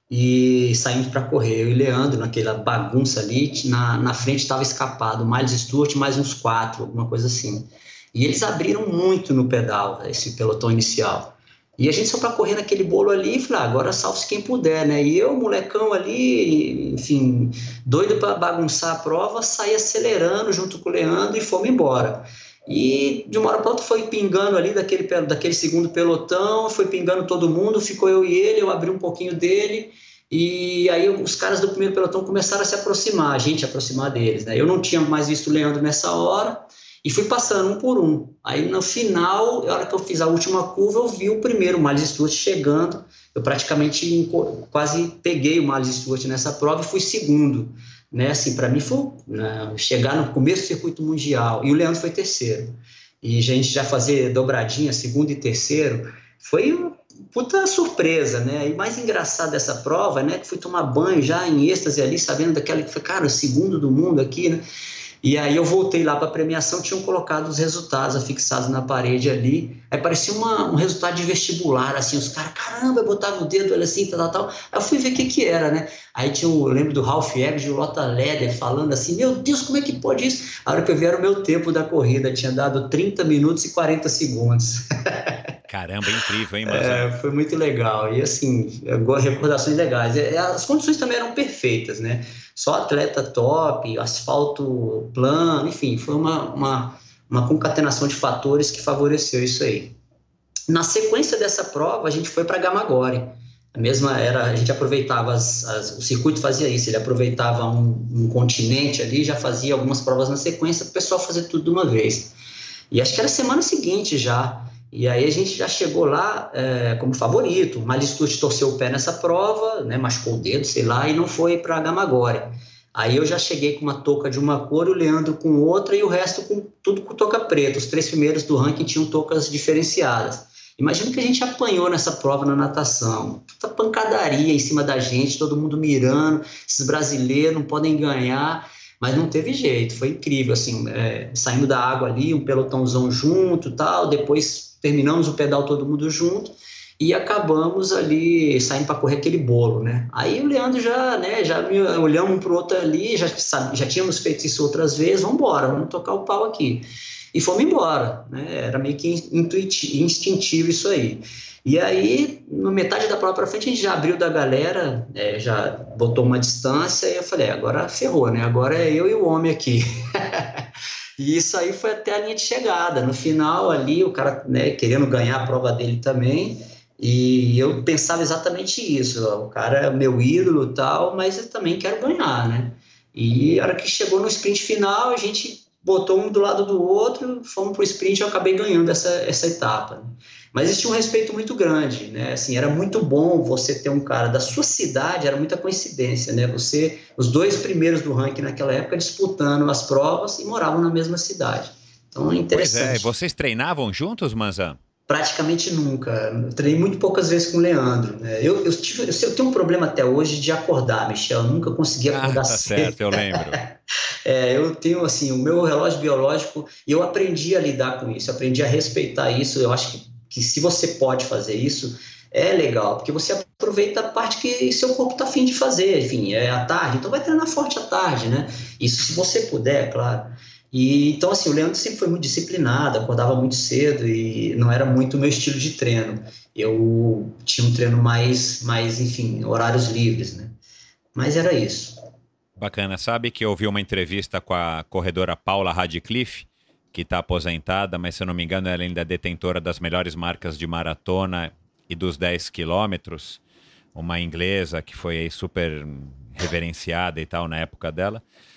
e saímos para correr. Eu e Leandro, naquela bagunça ali, na frente estava escapado, Miles Stewart mais uns 4, alguma coisa assim. E eles abriram muito no pedal, esse pelotão inicial. E a gente só para correr naquele bolo ali e falei, agora salve-se quem puder, né? E eu, molecão ali, enfim, doido para bagunçar a prova, saí acelerando junto com o Leandro e fomos embora. E de uma hora para outra foi pingando ali daquele segundo pelotão, foi pingando todo mundo, ficou eu e ele, eu abri um pouquinho dele, e aí os caras do primeiro pelotão começaram a se aproximar, a gente aproximar deles, né? Eu não tinha mais visto o Leandro nessa hora, e fui passando um por um. Aí no final, na hora que eu fiz a última curva, eu vi o primeiro, o Miles Stewart, chegando. Eu praticamente quase peguei o Miles Stewart nessa prova e fui segundo. Né? Assim, para mim foi chegar no começo do circuito mundial. E o Leandro foi terceiro. E a gente já fazer dobradinha, segundo e terceiro, foi uma puta surpresa, né? E mais engraçado dessa prova, né? Que fui tomar banho já em êxtase ali, sabendo daquela que foi, cara, o segundo do mundo aqui, né? E aí eu voltei lá para a premiação, tinham colocado os resultados afixados na parede ali, aí parecia um resultado de vestibular, assim, os caras, caramba, eu botava o dedo ali assim, tal. Aí eu fui ver o que era, né? Aí eu lembro do Ralph Eggs e o Lotta Leder falando assim, meu Deus, como é que pode isso? A hora que eu vi era o meu tempo da corrida, tinha dado 30 minutos e 40 segundos. Caramba, incrível, hein, Manzan? Foi muito legal, e assim, recordações legais. As condições também eram perfeitas, né? Só atleta top, asfalto plano, enfim, foi uma concatenação de fatores que favoreceu isso aí. Na sequência dessa prova, a gente foi para Gamagori. A gente aproveitava, o circuito fazia isso, ele aproveitava um continente ali, já fazia algumas provas na sequência, para o pessoal fazer tudo de uma vez. E acho que era semana seguinte já. E aí a gente já chegou lá como favorito. O Miles Stewart torceu o pé nessa prova, né, machucou o dedo, sei lá, e não foi para Gamagori. Aí eu já cheguei com uma touca de uma cor, o Leandro com outra e o resto tudo com touca preta. Os 3 primeiros do ranking tinham toucas diferenciadas. Imagina que a gente apanhou nessa prova na natação. Puta pancadaria em cima da gente, todo mundo mirando, esses brasileiros não podem ganhar. Mas não teve jeito, foi incrível, assim, saindo da água ali, um pelotãozão junto, tal, depois terminamos o pedal todo mundo junto e acabamos ali saindo para correr aquele bolo, né? Aí o Leandro já olhamos um para o outro ali, já tínhamos feito isso outras vezes, vamos tocar o pau aqui. E fomos embora, né? Era meio que instintivo isso aí. E aí, na metade da prova para frente, a gente já abriu da galera, já botou uma distância e eu falei, agora ferrou, né? Agora é eu e o homem aqui. E isso aí foi até a linha de chegada. No final ali, o cara, né, querendo ganhar a prova dele também, e eu pensava exatamente isso, ó, o cara é meu ídolo e tal, mas eu também quero ganhar, né? E a hora que chegou no sprint final, a gente botou um do lado do outro, fomos pro sprint e eu acabei ganhando essa etapa, né? Mas existia um respeito muito grande, né? Assim, era muito bom você ter um cara da sua cidade, era muita coincidência, né? Os 2 primeiros do ranking naquela época disputando as provas e moravam na mesma cidade. Então é interessante. Pois é, vocês treinavam juntos, Manzan? Praticamente nunca. Eu treinei muito poucas vezes com o Leandro, né? Eu tenho um problema até hoje de acordar, Michel. Eu nunca consegui acordar tá cedo. Certo, eu lembro. Eu tenho, assim, o meu relógio biológico, e eu aprendi a lidar com isso, aprendi a respeitar isso. Eu acho que se você pode fazer isso, é legal, porque você aproveita a parte que seu corpo está afim de fazer, enfim, é à tarde, então vai treinar forte à tarde, né? Isso se você puder, claro. E então, assim, o Leandro sempre foi muito disciplinado, acordava muito cedo e não era muito o meu estilo de treino. Eu tinha um treino mais, enfim, horários livres, né? Mas era isso. Bacana. Sabe que eu ouvi uma entrevista com a corredora Paula Radcliffe, que está aposentada, mas se eu não me engano ela ainda é detentora das melhores marcas de maratona e dos 10 quilômetros, uma inglesa que foi aí super reverenciada e tal na época dela.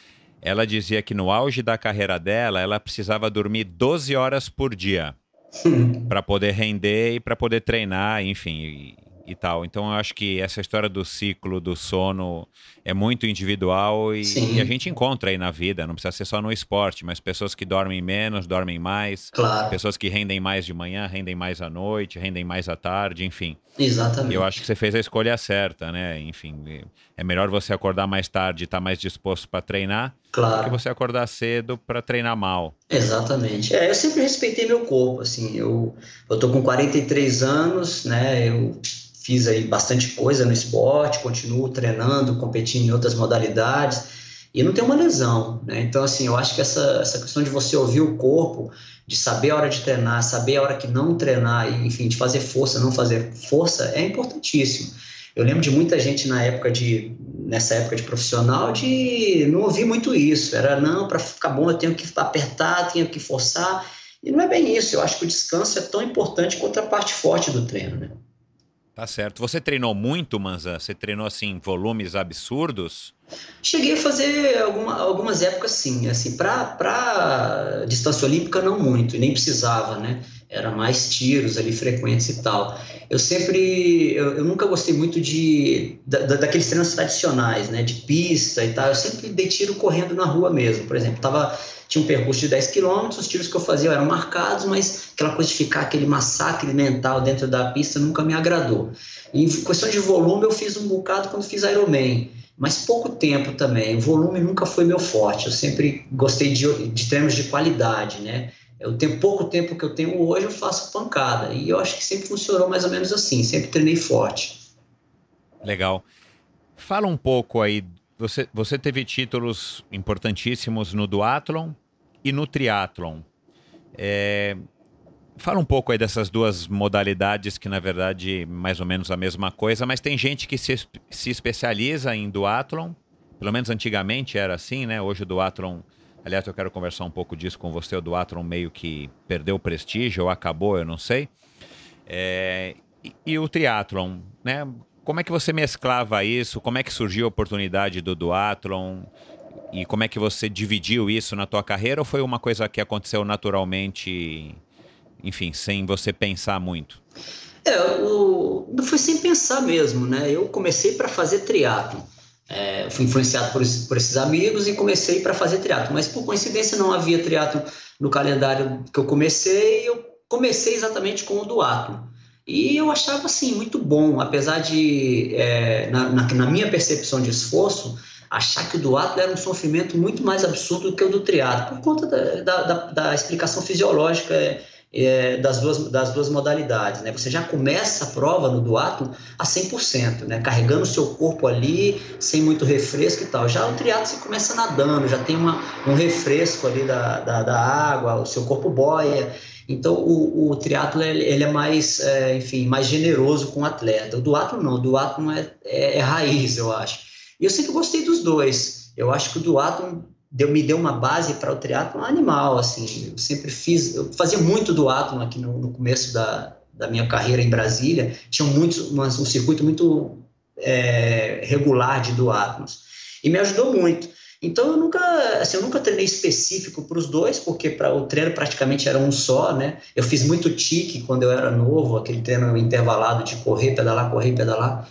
ela dizia que no auge da carreira dela, ela precisava dormir 12 horas por dia para poder render e para poder treinar, enfim, e tal. Então eu acho que essa história do ciclo do sono é muito individual e a Sim, gente encontra aí na vida, não precisa ser só no esporte, mas pessoas que dormem menos, dormem mais, claro, pessoas que rendem mais de manhã, rendem mais à noite, rendem mais à tarde, enfim. E eu acho que exatamente, você fez a escolha certa, né? Enfim, é melhor você acordar mais tarde e estar mais disposto para treinar do que claro. você acordar cedo para treinar mal. Exatamente. Eu sempre respeitei meu corpo, assim, eu tô com 43 anos, né, eu fiz aí bastante coisa no esporte, continuo treinando, competindo em outras modalidades, e não tenho uma lesão, né, então, assim, eu acho que essa questão de você ouvir o corpo, de saber a hora de treinar, saber a hora que não treinar, e, enfim, de fazer força, não fazer força, é importantíssimo. Eu lembro de muita gente nessa época de profissional, de não ouvir muito isso. Era, não, para ficar bom eu tenho que apertar, tenho que forçar. E não é bem isso. Eu acho que o descanso é tão importante quanto a parte forte do treino, né? Tá certo. Você treinou muito, Manzan? Você treinou assim volumes absurdos? Cheguei a fazer algumas épocas sim, assim, para distância olímpica não muito, e nem precisava, né? Era mais tiros ali frequentes e tal. Eu nunca gostei muito daqueles treinos tradicionais, né? De pista e tal. Eu sempre dei tiro correndo na rua mesmo. Por exemplo, tinha um percurso de 10 quilômetros, os tiros que eu fazia eram marcados, mas aquela coisa de ficar aquele massacre mental dentro da pista nunca me agradou. E em questão de volume, eu fiz um bocado quando fiz Ironman, mas pouco tempo também. O volume nunca foi meu forte. Eu sempre gostei de treinos de qualidade, né? Eu tenho pouco tempo que eu tenho hoje, eu faço pancada. E eu acho que sempre funcionou mais ou menos assim, sempre treinei forte. Legal. Fala um pouco aí. Você teve títulos importantíssimos no duathlon e no triatlon. É, fala um pouco aí dessas duas modalidades que, na verdade, mais ou menos a mesma coisa, mas tem gente que se especializa em duathlon, pelo menos antigamente era assim, né? Hoje o duathlon, aliás, eu quero conversar um pouco disso com você, o duathlon meio que perdeu o prestígio ou acabou, eu não sei. E o triatlon, né? Como é que você mesclava isso? Como é que surgiu a oportunidade do duathlon? E como é que você dividiu isso na tua carreira? Ou foi uma coisa que aconteceu naturalmente, enfim, sem você pensar muito? Não foi sem pensar mesmo, né? Eu comecei para fazer triatlo. Eu fui influenciado por esses amigos e comecei para fazer triatlo. Mas por coincidência não havia triatlo no calendário que eu comecei. Eu comecei exatamente com o duatlo. E eu achava assim muito bom, apesar de na minha percepção de esforço achar que o duatlo era um sofrimento muito mais absurdo do que o do triatlo, por conta da explicação fisiológica das duas modalidades, né? Você já começa a prova no duatlo a 100%, né? Carregando o seu corpo ali, sem muito refresco e tal. Já o triatlo você começa nadando, já tem um refresco ali da água, o seu corpo boia. Então o triatlo ele é mais, enfim, mais generoso com o atleta. O duatlo não, o duatlo é raiz, eu acho. E eu sempre gostei dos dois. Eu acho que o duatlo me deu uma base para o triatlon animal, assim, eu fazia muito duatlon aqui no começo da minha carreira em Brasília, tinha um circuito muito regular de duatlons, e me ajudou muito. Então eu nunca treinei específico para os dois, porque o treino praticamente era um só, né? Eu fiz muito tique quando eu era novo, aquele treino intervalado de correr, pedalar,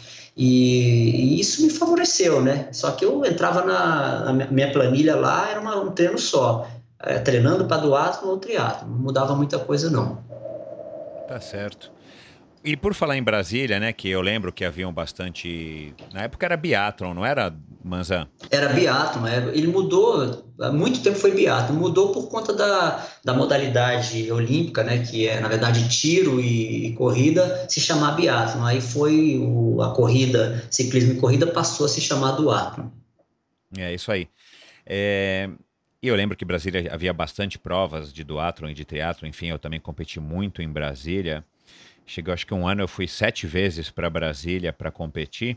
e isso me favoreceu, né? Só que eu entrava na minha planilha lá, era um treino só, treinando para duatlo ou triatlo, não mudava muita coisa não. Tá certo. E por falar em Brasília, né, que eu lembro que haviam bastante... Na época era biatlon, não era, Manzan? Era biatlo, ele mudou, há muito tempo foi biatlo, mudou por conta da modalidade olímpica, né, que é, na verdade, tiro e corrida, se chamar biatlo. Aí a corrida, ciclismo e corrida passou a se chamar duatlo. É isso aí. É, e eu lembro que em Brasília havia bastante provas de duatlon e de triatlon, enfim, eu também competi muito em Brasília. Chegou, acho que um ano eu fui 7 vezes para Brasília para competir.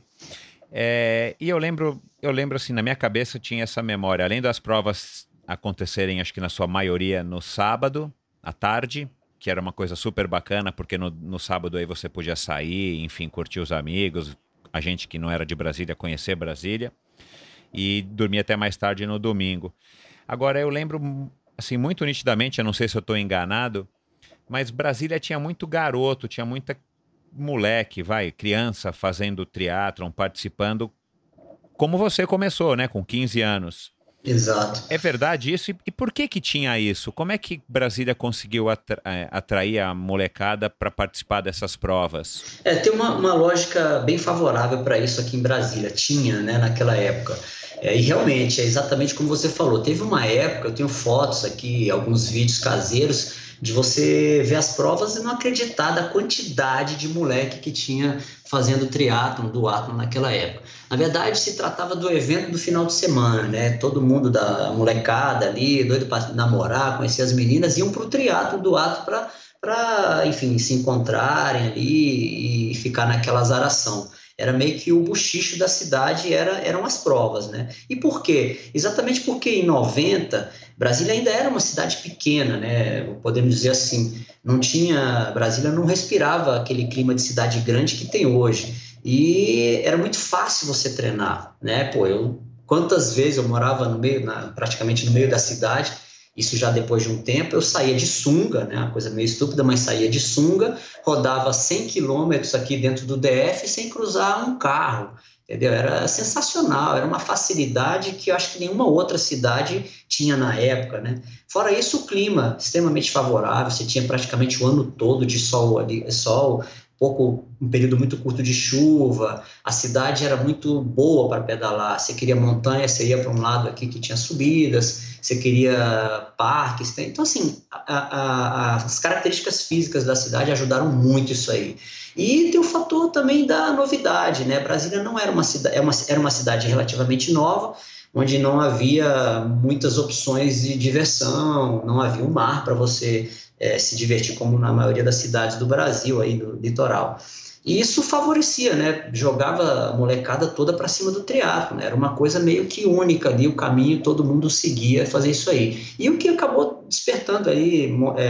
E eu lembro assim, na minha cabeça tinha essa memória, além das provas acontecerem, acho que na sua maioria no sábado, à tarde, que era uma coisa super bacana, porque no sábado aí você podia sair, enfim, curtir os amigos, a gente que não era de Brasília, conhecer Brasília. e dormia até mais tarde no domingo. Agora, eu lembro, assim, muito nitidamente, eu não sei se eu estou enganado, mas Brasília tinha muito garoto, tinha muita moleque, criança fazendo triatlon, participando, como você começou, né, com 15 anos. Exato. É verdade isso? E por que que tinha isso? Como é que Brasília conseguiu atrair a molecada para participar dessas provas? Tem uma lógica bem favorável para isso aqui em Brasília, tinha, né, naquela época. E realmente, é exatamente como você falou. Teve uma época, eu tenho fotos aqui, alguns vídeos caseiros, de você ver as provas e não acreditar da quantidade de moleque que tinha fazendo triatlon, duatlon naquela época. Na verdade, se tratava do evento do final de semana, né? Todo mundo da molecada ali, doido para namorar, conhecer as meninas, iam para o triatlon, duatlon para, enfim, se encontrarem ali e ficar naquela azaração. Era meio que o bochicho da cidade, eram as provas, né? E por quê? Exatamente porque em 90, Brasília ainda era uma cidade pequena, né? Podemos dizer assim, Brasília não respirava aquele clima de cidade grande que tem hoje. E era muito fácil você treinar, né? Quantas vezes eu morava praticamente no meio da cidade, isso já depois de um tempo, eu saía de sunga, né, uma coisa meio estúpida, mas saía de sunga, rodava 100 quilômetros aqui dentro do DF sem cruzar um carro, entendeu? Era sensacional, era uma facilidade que eu acho que nenhuma outra cidade tinha na época, né? Fora isso, o clima extremamente favorável, você tinha praticamente o ano todo de sol ali, um período muito curto de chuva, a cidade era muito boa para pedalar, você queria montanha, você ia para um lado aqui que tinha subidas, você queria parques, então assim, as características físicas da cidade ajudaram muito isso aí. E tem o fator também da novidade, né? Brasília não era uma cidade, era uma cidade relativamente nova, onde não havia muitas opções de diversão, não havia um mar para você se divertir como na maioria das cidades do Brasil, aí do litoral. E isso favorecia, né? Jogava a molecada toda para cima do triatlo, né? Era uma coisa meio que única ali, o caminho todo mundo seguia fazer isso aí. E o que acabou despertando aí,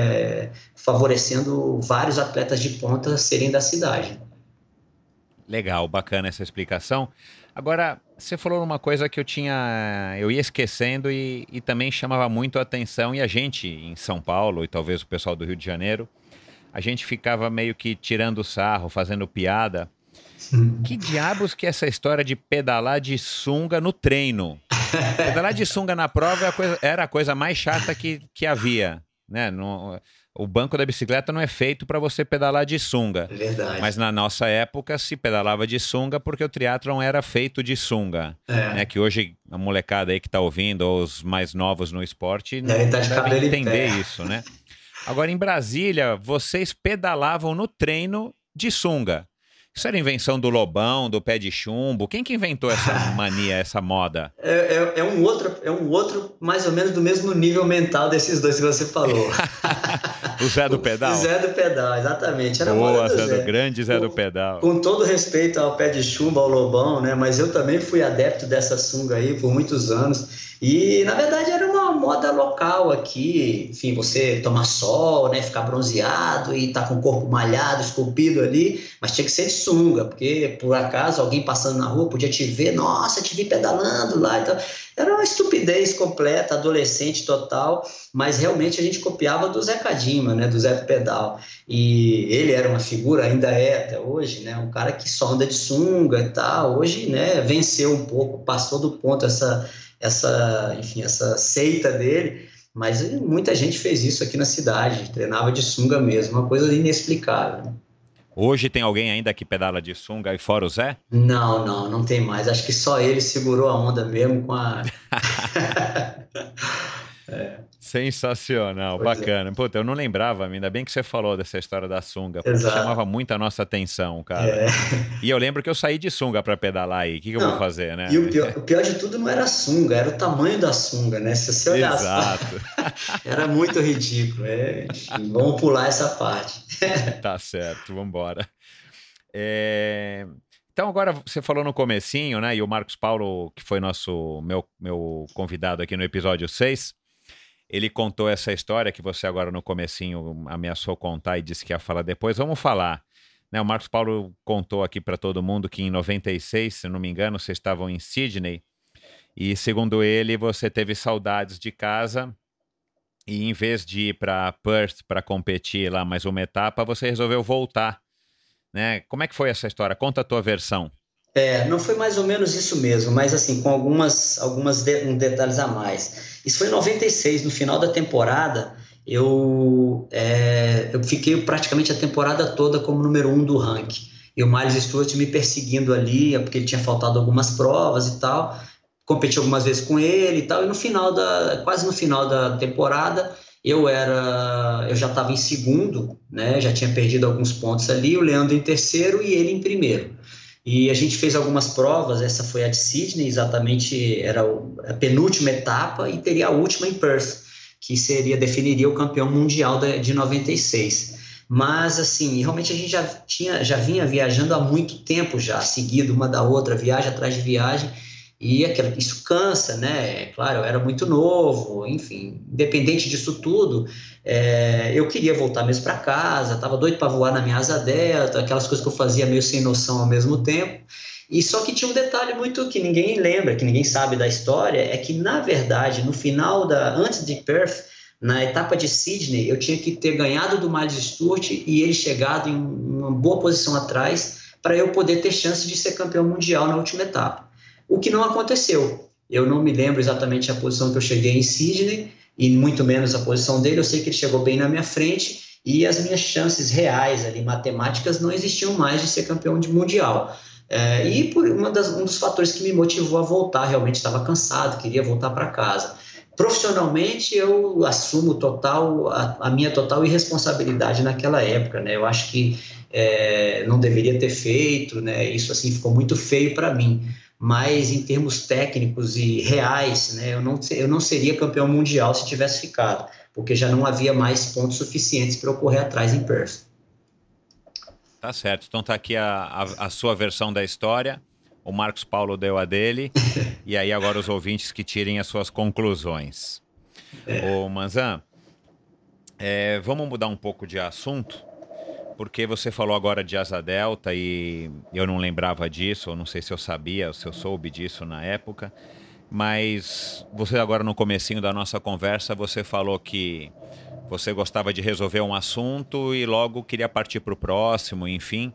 favorecendo vários atletas de ponta serem da cidade. Legal, bacana essa explicação. Agora, você falou uma coisa que eu ia esquecendo e também chamava muito a atenção, e a gente em São Paulo, e talvez o pessoal do Rio de Janeiro, a gente ficava meio que tirando sarro, fazendo piada. Que diabos que é essa história de pedalar de sunga no treino? Pedalar de sunga na prova era a coisa mais chata que havia, né? O banco da bicicleta não é feito para você pedalar de sunga. É verdade. Mas na nossa época se pedalava de sunga porque o triatlon era feito de sunga. Né? Que hoje a molecada aí que está ouvindo, ou os mais novos no esporte, não devem entender isso, né? Agora, em Brasília, vocês pedalavam no treino de sunga. Isso era invenção do Lobão, do Pé de Chumbo? Quem que inventou essa mania, essa moda? É um outro mais ou menos do mesmo nível mental desses dois que você falou. O Zé do Pedal? O Zé do Pedal, exatamente. Era boa, Zé do grande Zé do Pedal. Com todo respeito ao Pé de Chumbo, ao Lobão, né? Mas eu também fui adepto dessa sunga aí por muitos anos. E, na verdade, era uma moda local aqui. Enfim, você tomar sol, né? Ficar bronzeado e estar com o corpo malhado, esculpido ali. Mas tinha que ser de sunga, porque, por acaso, alguém passando na rua podia te ver. Nossa, te vi pedalando lá. Então, era uma estupidez completa, adolescente total. Mas, realmente, a gente copiava do Zé Cadima, né? Do Zé do Pedal. E ele era uma figura, ainda é até hoje, né? Um cara que só anda de sunga e tal. Hoje, né? Venceu um pouco, passou do ponto essa seita dele, mas muita gente fez isso aqui na cidade, treinava de sunga mesmo, uma coisa inexplicável. Hoje tem alguém ainda que pedala de sunga aí fora o Zé? Não tem mais, acho que só ele segurou a onda mesmo com a... Sensacional, Pois bacana. Puta, eu não lembrava, ainda bem que você falou dessa história da sunga, porque Exato. chamava muito a nossa atenção, cara. E eu lembro que eu saí de sunga para pedalar aí, o que eu vou fazer, né? E o pior de tudo não era a sunga, era o tamanho da sunga, né? Se você olhasse, exato. Era muito ridículo. Vamos pular essa parte. Tá certo, vamos embora. Então agora você falou no comecinho, né? E o Marcos Paulo, que foi meu convidado aqui no episódio 6, ele contou essa história que você agora no comecinho ameaçou contar e disse que ia falar depois. Vamos falar. Né? O Marcos Paulo contou aqui para todo mundo que em 96, se não me engano, vocês estavam em Sydney E segundo ele, você teve saudades de casa e em vez de ir para Perth para competir lá mais uma etapa, você resolveu voltar, né? Como é que foi essa história? Conta a tua versão. Não foi mais ou menos isso mesmo, mas assim, com detalhes a mais. Isso foi em 96, no final da temporada, eu fiquei praticamente a temporada toda como número um do ranking. E o Miles Stewart me perseguindo ali, porque ele tinha faltado algumas provas e tal. Competi algumas vezes com ele e tal, e quase no final da temporada, eu já estava em segundo, né? Já tinha perdido alguns pontos ali, o Leandro em terceiro e ele em primeiro. E a gente fez algumas provas, essa foi a de Sydney, exatamente, era a penúltima etapa, e teria a última em Perth, que definiria o campeão mundial de 96. Mas, assim, realmente a gente já vinha viajando há muito tempo já, seguido uma da outra, viagem atrás de viagem, e isso cansa, né? É claro, eu era muito novo, enfim, independente disso tudo, eu queria voltar mesmo para casa, estava doido para voar na minha asa delta, aquelas coisas que eu fazia meio sem noção ao mesmo tempo. E só que tinha um detalhe muito que ninguém lembra, que ninguém sabe da história, é que, na verdade, antes de Perth, na etapa de Sydney, eu tinha que ter ganhado do Miles Stewart e ele chegado em uma boa posição atrás para eu poder ter chance de ser campeão mundial na última etapa. O que não aconteceu. Eu não me lembro exatamente a posição que eu cheguei em Sydney, e muito menos a posição dele. Eu sei que ele chegou bem na minha frente, e as minhas chances reais ali, matemáticas, não existiam mais de ser campeão mundial. E por um dos fatores que me motivou a voltar, realmente estava cansado, queria voltar para casa. Profissionalmente, eu assumo a minha total irresponsabilidade naquela época, né? Eu acho que não deveria ter feito, né? Isso assim ficou muito feio para mim. Mas em termos técnicos e reais, né, eu não seria campeão mundial se tivesse ficado, porque já não havia mais pontos suficientes para eu correr atrás em Perth. Tá certo, então tá aqui a sua versão da história, o Marcos Paulo deu a dele, e aí agora os ouvintes que tirem as suas conclusões. Ô Manzan, vamos mudar um pouco de assunto, porque você falou agora de asa delta e eu não lembrava disso, eu não sei se eu sabia, se eu soube disso na época, mas você agora no comecinho da nossa conversa, você falou que você gostava de resolver um assunto e logo queria partir para o próximo, enfim.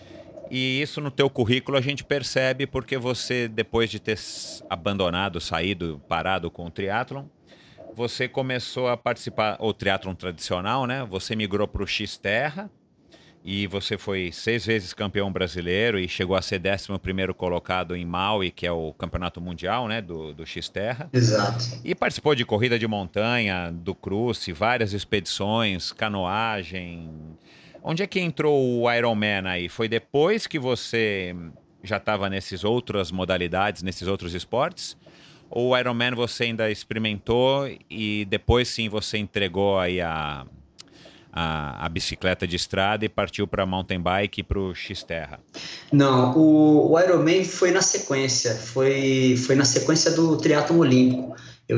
E isso no teu currículo a gente percebe porque você, depois de ter abandonado, saído, parado com o triatlon, você começou a participar, o triatlon tradicional, né? Você migrou para o Xterra, e você foi 6 vezes campeão brasileiro e chegou a ser 11º colocado em Maui, que é o campeonato mundial, né, do Xterra. Exato. E participou de corrida de montanha, do cruze, várias expedições, canoagem. Onde é que entrou o Ironman aí? Foi depois que você já estava nessas outras modalidades, nesses outros esportes? Ou o Ironman você ainda experimentou e depois sim você entregou aí a bicicleta de estrada e partiu para mountain bike e para o Xterra? Não, o Ironman foi na sequência, foi na sequência do triatlon olímpico. Eu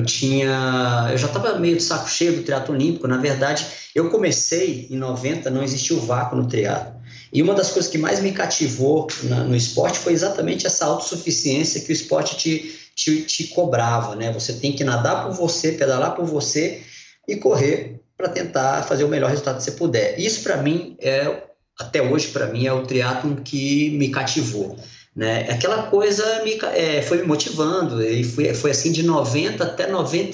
já estava meio de saco cheio do triatlon olímpico. Na verdade, eu comecei em 90, não existia o vácuo no triatlon. E uma das coisas que mais me cativou no esporte foi exatamente essa autossuficiência que o esporte te cobrava, né? Você tem que nadar por você, pedalar por você e correr para tentar fazer o melhor resultado que você puder. Isso, para mim, até hoje, para mim, é o triatlon que me cativou, né? Aquela coisa foi me motivando, e foi assim de 90 até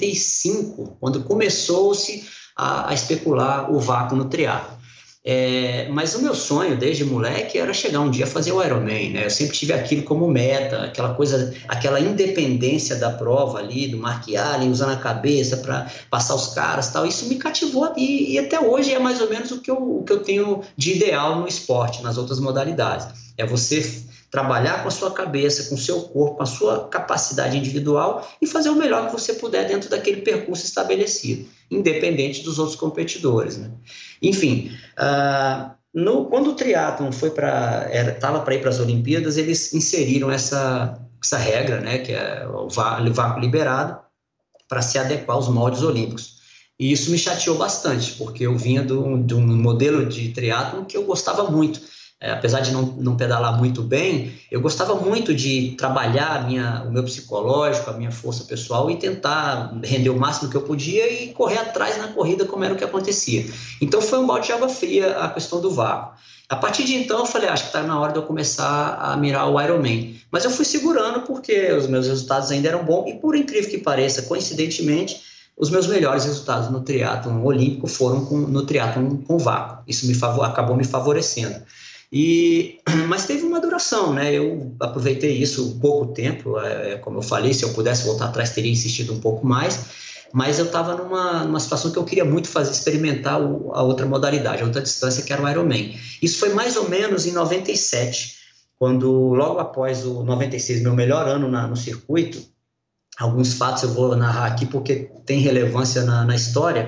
95, quando começou-se a especular o vácuo no triatlon. Mas o meu sonho, desde moleque, era chegar um dia a fazer o Ironman, né? Eu sempre tive aquilo como meta, aquela coisa, aquela independência da prova ali, do Mark Allen, usando a cabeça para passar os caras e tal. Isso me cativou e até hoje é mais ou menos o que eu tenho de ideal no esporte, nas outras modalidades. É você trabalhar com a sua cabeça, com o seu corpo, com a sua capacidade individual e fazer o melhor que você puder dentro daquele percurso estabelecido, independente dos outros competidores, né? Enfim, quando o triatlon estava para ir para as Olimpíadas, eles inseriram essa regra, né, que é o vácuo liberado, para se adequar aos moldes olímpicos. E isso me chateou bastante, porque eu vinha de um modelo de triatlon que eu gostava muito. apesar de não pedalar muito bem, eu gostava muito de trabalhar o meu psicológico, a minha força pessoal e tentar render o máximo que eu podia e correr atrás na corrida como era o que acontecia. Então foi um balde de água fria a questão do vácuo. A partir de então eu falei, acho que está na hora de eu começar a mirar o Ironman. Mas eu fui segurando porque os meus resultados ainda eram bons e, por incrível que pareça, coincidentemente, os meus melhores resultados no triatlon olímpico foram no triatlon com vácuo. Isso acabou me favorecendo. Mas teve uma duração, né? Eu aproveitei isso pouco tempo, como eu falei, se eu pudesse voltar atrás teria insistido um pouco mais, mas eu estava numa situação que eu queria muito experimentar a outra modalidade, a outra distância, que era o Ironman. Isso foi mais ou menos em 97, quando logo após o 96, meu melhor ano no circuito. Alguns fatos eu vou narrar aqui porque tem relevância na história.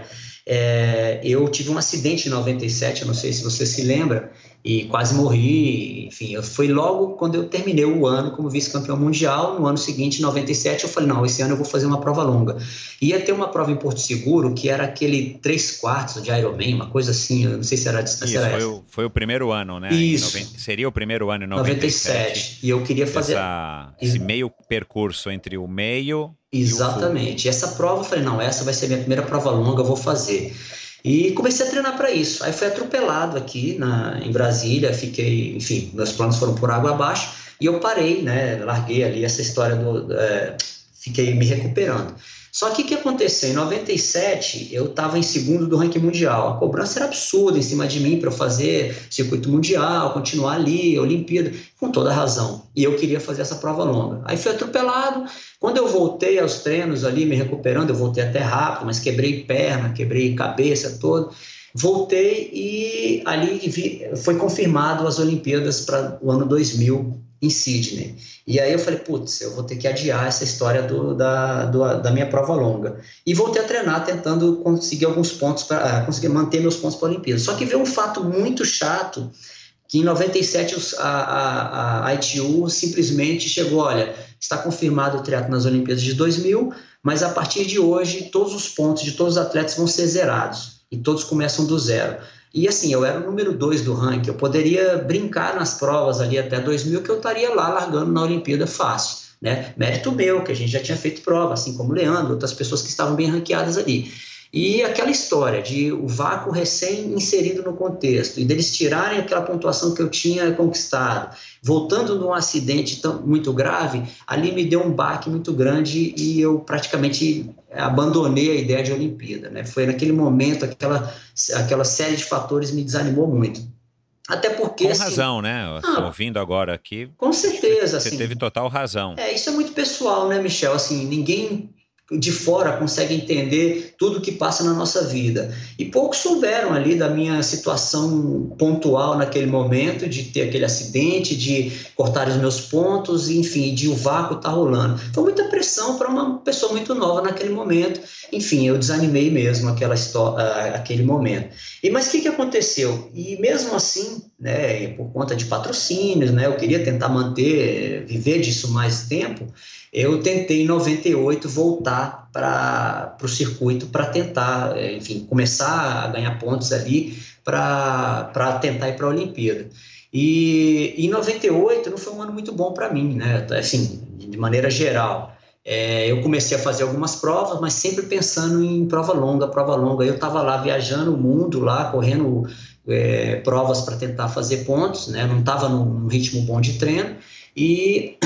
Eu tive um acidente em 97, eu não sei se você se lembra, e quase morri. Enfim, foi logo quando eu terminei o ano como vice-campeão mundial. No ano seguinte, em 97, eu falei, não, esse ano eu vou fazer uma prova longa. Ia ter uma prova em Porto Seguro, que era aquele 3/4 de Ironman, uma coisa assim, eu não sei se era a distância. Isso, foi o primeiro ano, né? Isso. Seria o primeiro ano em 97. E eu queria fazer... Esse meio percurso entre o meio... Exatamente. Essa prova, eu falei, não, essa vai ser a minha primeira prova longa, eu vou fazer. E comecei a treinar para isso. Aí fui atropelado aqui em Brasília, fiquei, enfim, meus planos foram por água abaixo, e eu parei, né, larguei ali essa história fiquei me recuperando. Só que o que aconteceu? Em 97, eu estava em segundo do ranking mundial. A cobrança era absurda em cima de mim para eu fazer circuito mundial, continuar ali, Olimpíada, com toda razão. E eu queria fazer essa prova longa. Aí fui atropelado. Quando eu voltei aos treinos ali, me recuperando, eu voltei até rápido, mas quebrei perna, quebrei cabeça toda. Voltei e ali foi confirmado as Olimpíadas para o ano 2000 em Sydney. E aí eu falei, putz, eu vou ter que adiar essa história da minha prova longa. E voltei a treinar, tentando conseguir alguns pontos, para conseguir manter meus pontos para a Olimpíada. Só que veio um fato muito chato, que em 97 a ITU simplesmente chegou, olha, está confirmado o triatlo nas Olimpíadas de 2000, mas a partir de hoje todos os pontos de todos os atletas vão ser zerados e todos começam do zero. E assim, eu era o número 2 do ranking, eu poderia brincar nas provas ali até 2000 que eu estaria lá largando na Olimpíada fácil, né? Mérito meu, que a gente já tinha feito prova, assim como o Leandro, outras pessoas que estavam bem ranqueadas ali. E aquela história de o vácuo recém-inserido no contexto e deles tirarem aquela pontuação que eu tinha conquistado, voltando num acidente muito grave, ali me deu um baque muito grande e eu praticamente abandonei a ideia de Olimpíada, né? Foi naquele momento, aquela série de fatores me desanimou muito. Até porque... Com razão, né? Ouvindo agora aqui... Com certeza. Você assim, teve total razão. Isso é muito pessoal, né, Michel? Assim, ninguém de fora consegue entender tudo que passa na nossa vida. E poucos souberam ali da minha situação pontual naquele momento, de ter aquele acidente, de cortar os meus pontos, enfim, de o vácuo estar rolando. Foi muita pressão para uma pessoa muito nova naquele momento. Enfim, eu desanimei mesmo aquele momento. Mas o que aconteceu? E mesmo assim, né, por conta de patrocínios, né, eu queria tentar viver disso mais tempo, eu tentei em 98 voltar para o circuito para tentar, enfim, começar a ganhar pontos ali para tentar ir para a Olimpíada. E em 98 não foi um ano muito bom para mim, né? Assim, de maneira geral. Eu comecei a fazer algumas provas, mas sempre pensando em prova longa. Eu estava lá viajando o mundo, lá correndo provas para tentar fazer pontos, né? Não estava num ritmo bom de treino e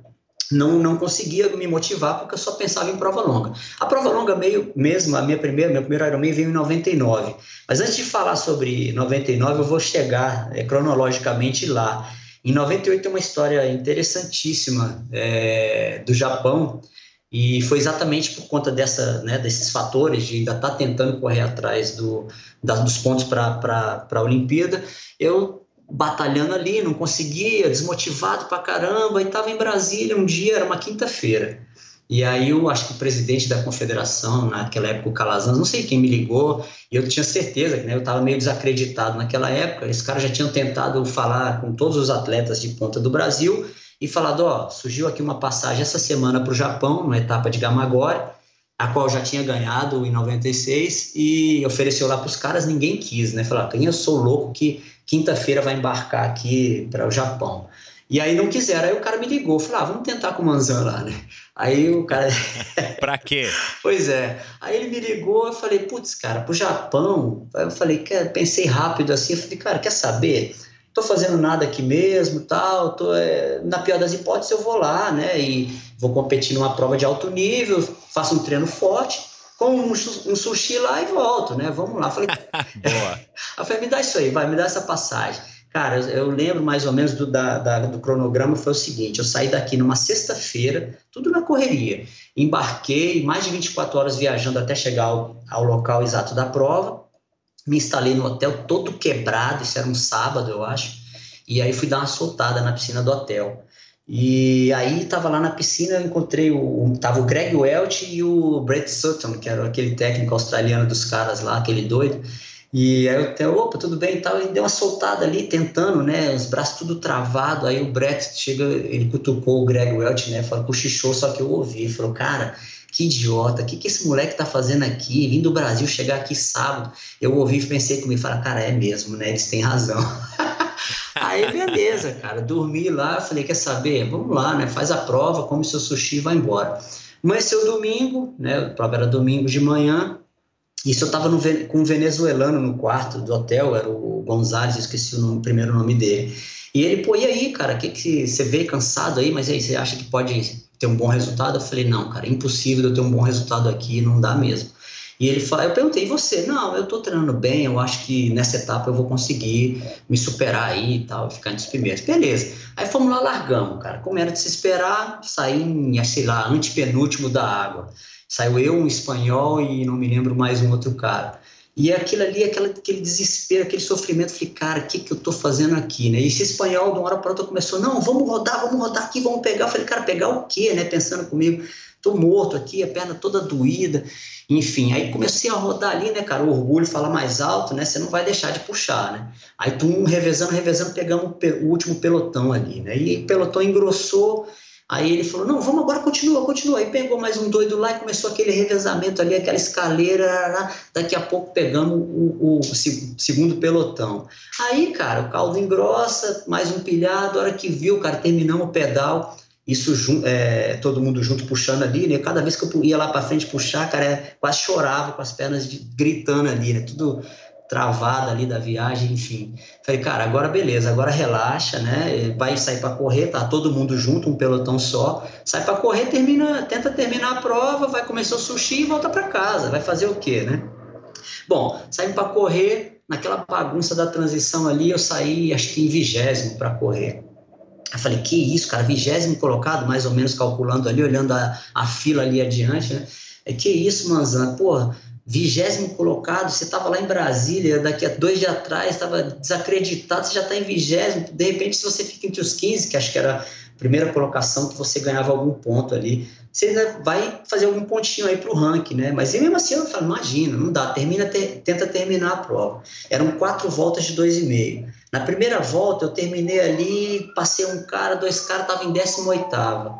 não conseguia me motivar porque eu só pensava em prova longa. A prova longa meu primeiro Ironman veio em 99. Mas antes de falar sobre 99, eu vou chegar cronologicamente lá. Em 98 tem uma história interessantíssima do Japão, e foi exatamente por conta desses fatores de ainda estar tentando correr atrás dos pontos para a Olimpíada. Eu batalhando ali, não conseguia, desmotivado pra caramba, e estava em Brasília um dia, era uma quinta-feira. E aí eu acho que o presidente da confederação, naquela época o Calazans, não sei quem me ligou, e eu tinha certeza que eu estava meio desacreditado naquela época. Esse cara já tinha tentado falar com todos os atletas de ponta do Brasil e falado, surgiu aqui uma passagem essa semana para o Japão, numa etapa de Gamagori, a qual eu já tinha ganhado em 96, e ofereceu lá para os caras, ninguém quis, né? Falaram, quem eu sou louco que quinta-feira vai embarcar aqui para o Japão. E aí não quiseram, aí o cara me ligou, falou, vamos tentar com o Manzan lá, né? Aí o cara... Pra quê? Pois é. Aí ele me ligou, eu falei, putz, cara, pro Japão. Aí eu falei, pensei rápido assim, eu falei, cara, quer saber? Tô fazendo nada aqui mesmo, tal, na pior das hipóteses eu vou lá, né, e vou competir numa prova de alto nível, faço um treino forte, como um sushi lá e volto, né, vamos lá. Falei, boa. Eu falei, me dá isso aí, vai, me dá essa passagem. Cara, eu lembro mais ou menos do cronograma, foi o seguinte, eu saí daqui numa sexta-feira, tudo na correria, embarquei, mais de 24 horas viajando até chegar ao local exato da prova, me instalei no hotel todo quebrado, isso era um sábado, eu acho, e aí fui dar uma soltada na piscina do hotel. E aí tava lá na piscina, eu encontrei tava o Greg Welch e o Brett Sutton, que era aquele técnico australiano dos caras lá, aquele doido. E aí eu até, opa, tudo bem e tal, e deu uma soltada ali, tentando, né, os braços tudo travado, aí o Brett chega, ele cutucou o Greg Welch, né, falou, cochichou, só que eu ouvi, falou, cara, que idiota, o que esse moleque tá fazendo aqui, vindo do Brasil, chegar aqui sábado. Eu ouvi e pensei comigo, falei, cara, é mesmo, né, eles têm razão. Aí beleza, cara, dormi lá, falei, quer saber, vamos lá, né, faz a prova, come seu sushi e vai embora. Amanheceu domingo, né, a prova era domingo de manhã, isso eu tava com um venezuelano no quarto do hotel, era o Gonzalez, eu esqueci o primeiro nome dele. E ele, pô, e aí, cara, que você veio cansado aí, mas aí você acha que pode ter um bom resultado? Eu falei, não, cara, é impossível eu ter um bom resultado aqui, não dá mesmo. E ele falou, eu perguntei, e você? Não, eu tô treinando bem, eu acho que nessa etapa eu vou conseguir me superar aí e tal, ficar entre os primeiros. Beleza. Aí fomos lá, largamos, cara. Como era de se esperar, saí em, sei lá, antepenúltimo da água. Saiu eu, um espanhol e não me lembro mais um outro cara. E aquilo ali, aquele desespero, aquele sofrimento, falei, cara, o que eu tô fazendo aqui, né? E esse espanhol, de uma hora para outra, começou, não, vamos rodar aqui, vamos pegar. Eu falei, cara, pegar o quê, né? Pensando comigo, tô morto aqui, a perna toda doída. Enfim, aí comecei a rodar ali, né, cara, o orgulho fala mais alto, né? Você não vai deixar de puxar, né? Aí revezando, pegamos o último pelotão ali, né? E o pelotão engrossou. Aí ele falou, não, vamos agora, continua. Aí pegou mais um doido lá e começou aquele revezamento ali, aquela escaleira, daqui a pouco pegamos o segundo pelotão. Aí, cara, o caldo engrossa, mais um pilhado, a hora que viu, cara, terminamos o pedal, isso todo mundo junto puxando ali, né? Cada vez que eu ia lá para frente puxar, cara, quase chorava com as pernas gritando ali, né? Tudo travada ali da viagem, enfim. Falei, cara, agora beleza, agora relaxa, né? Vai sair para correr, tá todo mundo junto, um pelotão só. Sai para correr, tenta terminar a prova, vai comer seu sushi e volta para casa. Vai fazer o quê, né? Bom, saímos para correr, naquela bagunça da transição ali, eu saí, acho que em 20º para correr. Eu falei, que isso, cara, 20º colocado, mais ou menos calculando ali, olhando a fila ali adiante, né? Que isso, Manzan, porra, 20º colocado, você estava lá em Brasília, daqui a 2 dias atrás, estava desacreditado, você já está em 20º, de repente se você fica entre os 15, que acho que era a primeira colocação, que você ganhava algum ponto ali, você ainda vai fazer algum pontinho aí para o ranking, né? Mas mesmo assim eu falo, imagina, não dá, tenta terminar a prova. Eram 4 voltas de 2,5. Na primeira volta eu terminei ali, passei um cara, 2 caras, estava em 18º.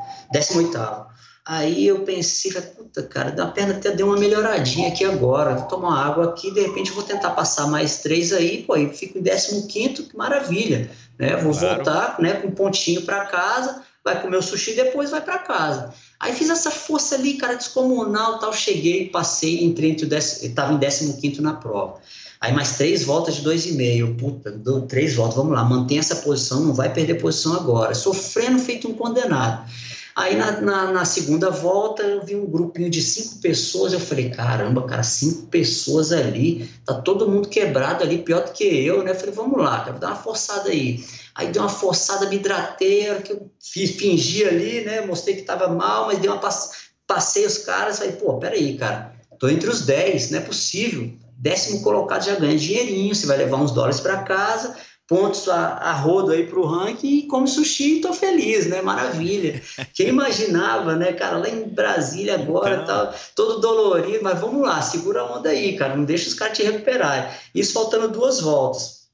Aí eu pensei, puta, cara, a perna até deu uma melhoradinha aqui agora, vou tomar uma água aqui, de repente vou tentar passar mais 3 aí, pô, aí fico em 15º, que maravilha, né? Vou voltar, né, com um pontinho para casa, vai comer o sushi e depois vai para casa. Aí fiz essa força ali, cara, descomunal, tal, cheguei, passei, entrei estava em 15º na prova. Aí mais 3 voltas de 2,5, puta, 3 voltas, vamos lá, mantém essa posição, não vai perder posição agora, sofrendo feito um condenado. Aí na segunda volta eu vi um grupinho de 5 pessoas, eu falei, caramba, cara, 5 pessoas ali, tá todo mundo quebrado ali, pior do que eu, né? Eu falei, vamos lá, cara, dá uma forçada aí. Aí dei uma forçada, me hidratei, que eu fingi ali, né? Mostrei que tava mal, mas passei os caras, falei, pô, peraí, cara, tô entre os 10, não é possível. 10º colocado já ganha dinheirinho, você vai levar uns dólares para casa, pontos a rodo aí pro ranking e come sushi e tô feliz, né? Maravilha. Quem imaginava, né, cara, lá em Brasília agora, tal, todo dolorido, mas vamos lá, segura a onda aí, cara, não deixa os caras te recuperarem. Isso faltando 2 voltas.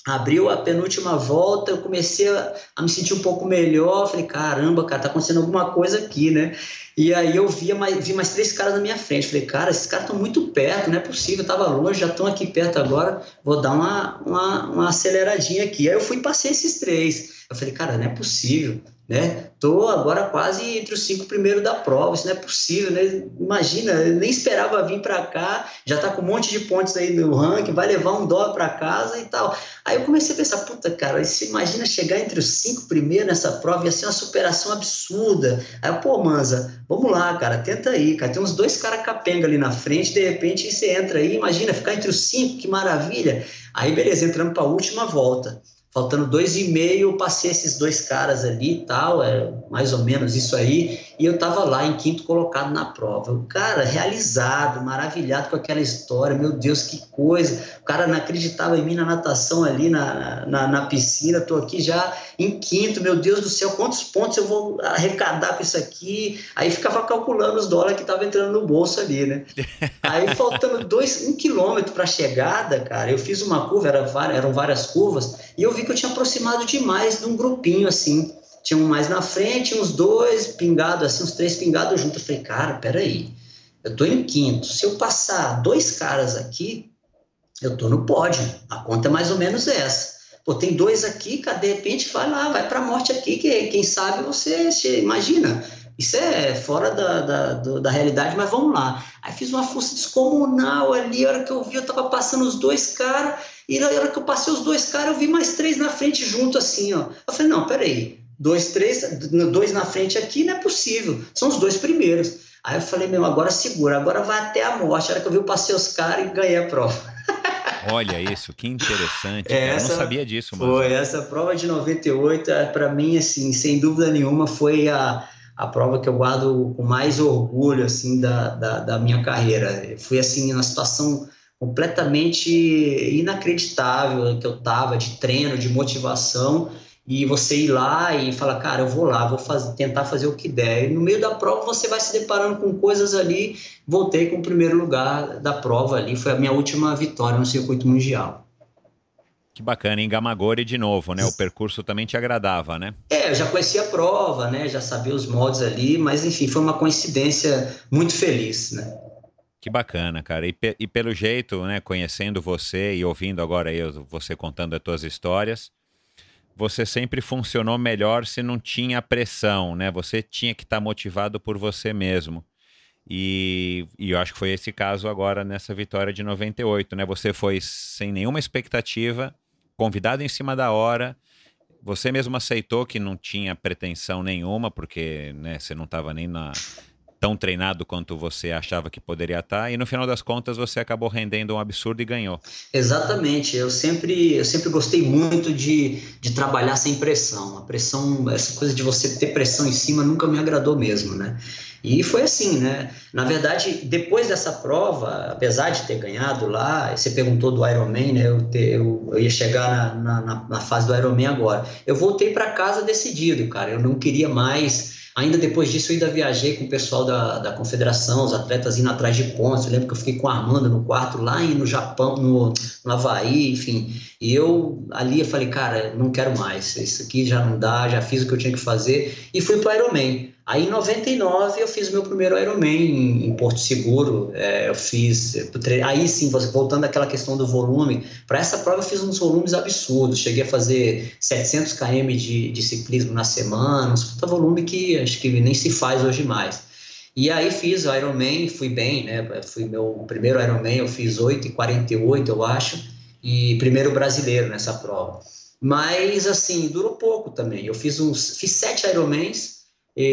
Abriu a penúltima volta, eu comecei a me sentir um pouco melhor, falei, caramba, cara, tá acontecendo alguma coisa aqui, né? E aí eu vi mais 3 caras na minha frente, falei, cara, esses caras estão muito perto, não é possível, eu tava longe, já estão aqui perto agora, vou dar uma aceleradinha aqui. Aí eu fui e passei esses 3, eu falei, cara, não é possível, né? Tô agora quase entre os 5 primeiros da prova, isso não é possível, né? Imagina, eu nem esperava vir para cá, já tá com um monte de pontos aí no ranking, vai levar $1 para casa e tal. Aí eu comecei a pensar, puta, cara, você imagina chegar entre os 5 primeiros nessa prova, ia ser uma superação absurda. Aí eu, pô, Manza, vamos lá, cara, tenta aí, cara, tem uns 2 caras capenga ali na frente, de repente você entra aí, imagina, ficar entre os 5, que maravilha. Aí, beleza, entramos para a última volta. Faltando 2,5, eu passei esses 2 caras ali e tal, mais ou menos isso aí, e eu tava lá em quinto colocado na prova. O cara, realizado, maravilhado com aquela história, meu Deus, que coisa. O cara não acreditava em mim na natação ali na piscina, tô aqui já em quinto, meu Deus do céu, quantos pontos eu vou arrecadar com isso aqui? Aí ficava calculando os dólares que tava entrando no bolso ali, né? Aí faltando 1 quilômetro para a chegada, cara, eu fiz uma curva, eram várias curvas, e eu vi que eu tinha aproximado demais de um grupinho, assim, tinha um mais na frente, uns 2 pingados, assim, uns 3 pingados juntos. Eu falei, cara, peraí, eu tô em quinto, se eu passar 2 caras aqui, eu tô no pódio, a conta é mais ou menos essa. Pô, tem 2 aqui, cara, de repente vai lá, vai pra morte aqui, que quem sabe você imagina. Isso é fora da realidade, mas vamos lá. Aí fiz uma força descomunal ali, a hora que eu vi, eu tava passando os 2 caras, e na hora que eu passei os 2 caras, eu vi mais 3 na frente junto, assim, ó. Eu falei, não, peraí, 2 na frente aqui não é possível, são os 2 primeiros. Aí eu falei, meu, agora segura, agora vai até a morte. A hora que eu vi, eu passei os caras e ganhei a prova. Olha isso, que interessante, cara. Eu não sabia disso, mas Essa prova de 98, para mim, assim, sem dúvida nenhuma, foi a prova que eu guardo com mais orgulho, assim, da minha carreira. Fui, assim, numa situação completamente inacreditável que eu tava, de treino, de motivação, e você ir lá e falar, cara, eu vou lá, tentar fazer o que der. E no meio da prova você vai se deparando com coisas ali. Voltei com o primeiro lugar da prova ali, foi a minha última vitória no circuito mundial. que bacana. Em Gamagori de novo, né? O percurso também te agradava, né? Eu já conhecia a prova, né? Já sabia os modos ali, mas enfim, foi uma coincidência muito feliz, né? Que bacana, cara. E pelo jeito, né, conhecendo você e ouvindo agora aí você contando as tuas histórias, você sempre funcionou melhor se não tinha pressão, né? Você tinha que estar motivado por você mesmo. E eu acho que foi esse caso agora nessa vitória de 98, né? Você foi sem nenhuma expectativa, convidado em cima da hora, você mesmo aceitou que não tinha pretensão nenhuma, porque, né, você não estava nem tão treinado quanto você achava que poderia estar, e no final das contas você acabou rendendo um absurdo e ganhou. Exatamente, eu sempre gostei muito de trabalhar sem pressão. A pressão, essa coisa de você ter pressão em cima nunca me agradou mesmo, né? E foi assim, né? Na verdade, depois dessa prova, apesar de ter ganhado lá, você perguntou do Ironman, né? Eu ia chegar na fase do Ironman agora. Eu voltei para casa decidido, cara. Eu não queria mais. Ainda depois disso, eu ainda viajei com o pessoal da confederação, os atletas indo atrás de pontos. Eu lembro que eu fiquei com a Armanda no quarto lá no Japão, no Havaí, enfim. E eu ali eu falei, cara, não quero mais. Isso aqui já não dá, já fiz o que eu tinha que fazer. E fui para o Ironman. Aí em 99 eu fiz meu primeiro Ironman em Porto Seguro, eu fiz, aí sim, voltando àquela questão do volume, para essa prova eu fiz uns volumes absurdos, cheguei a fazer 700 km de ciclismo na semana, um volume que acho que nem se faz hoje mais. E aí fiz o Ironman, fui bem, né, fui meu primeiro Ironman, eu fiz 8,48 eu acho, e primeiro brasileiro nessa prova. Mas assim, durou pouco também, fiz 7 Ironmans,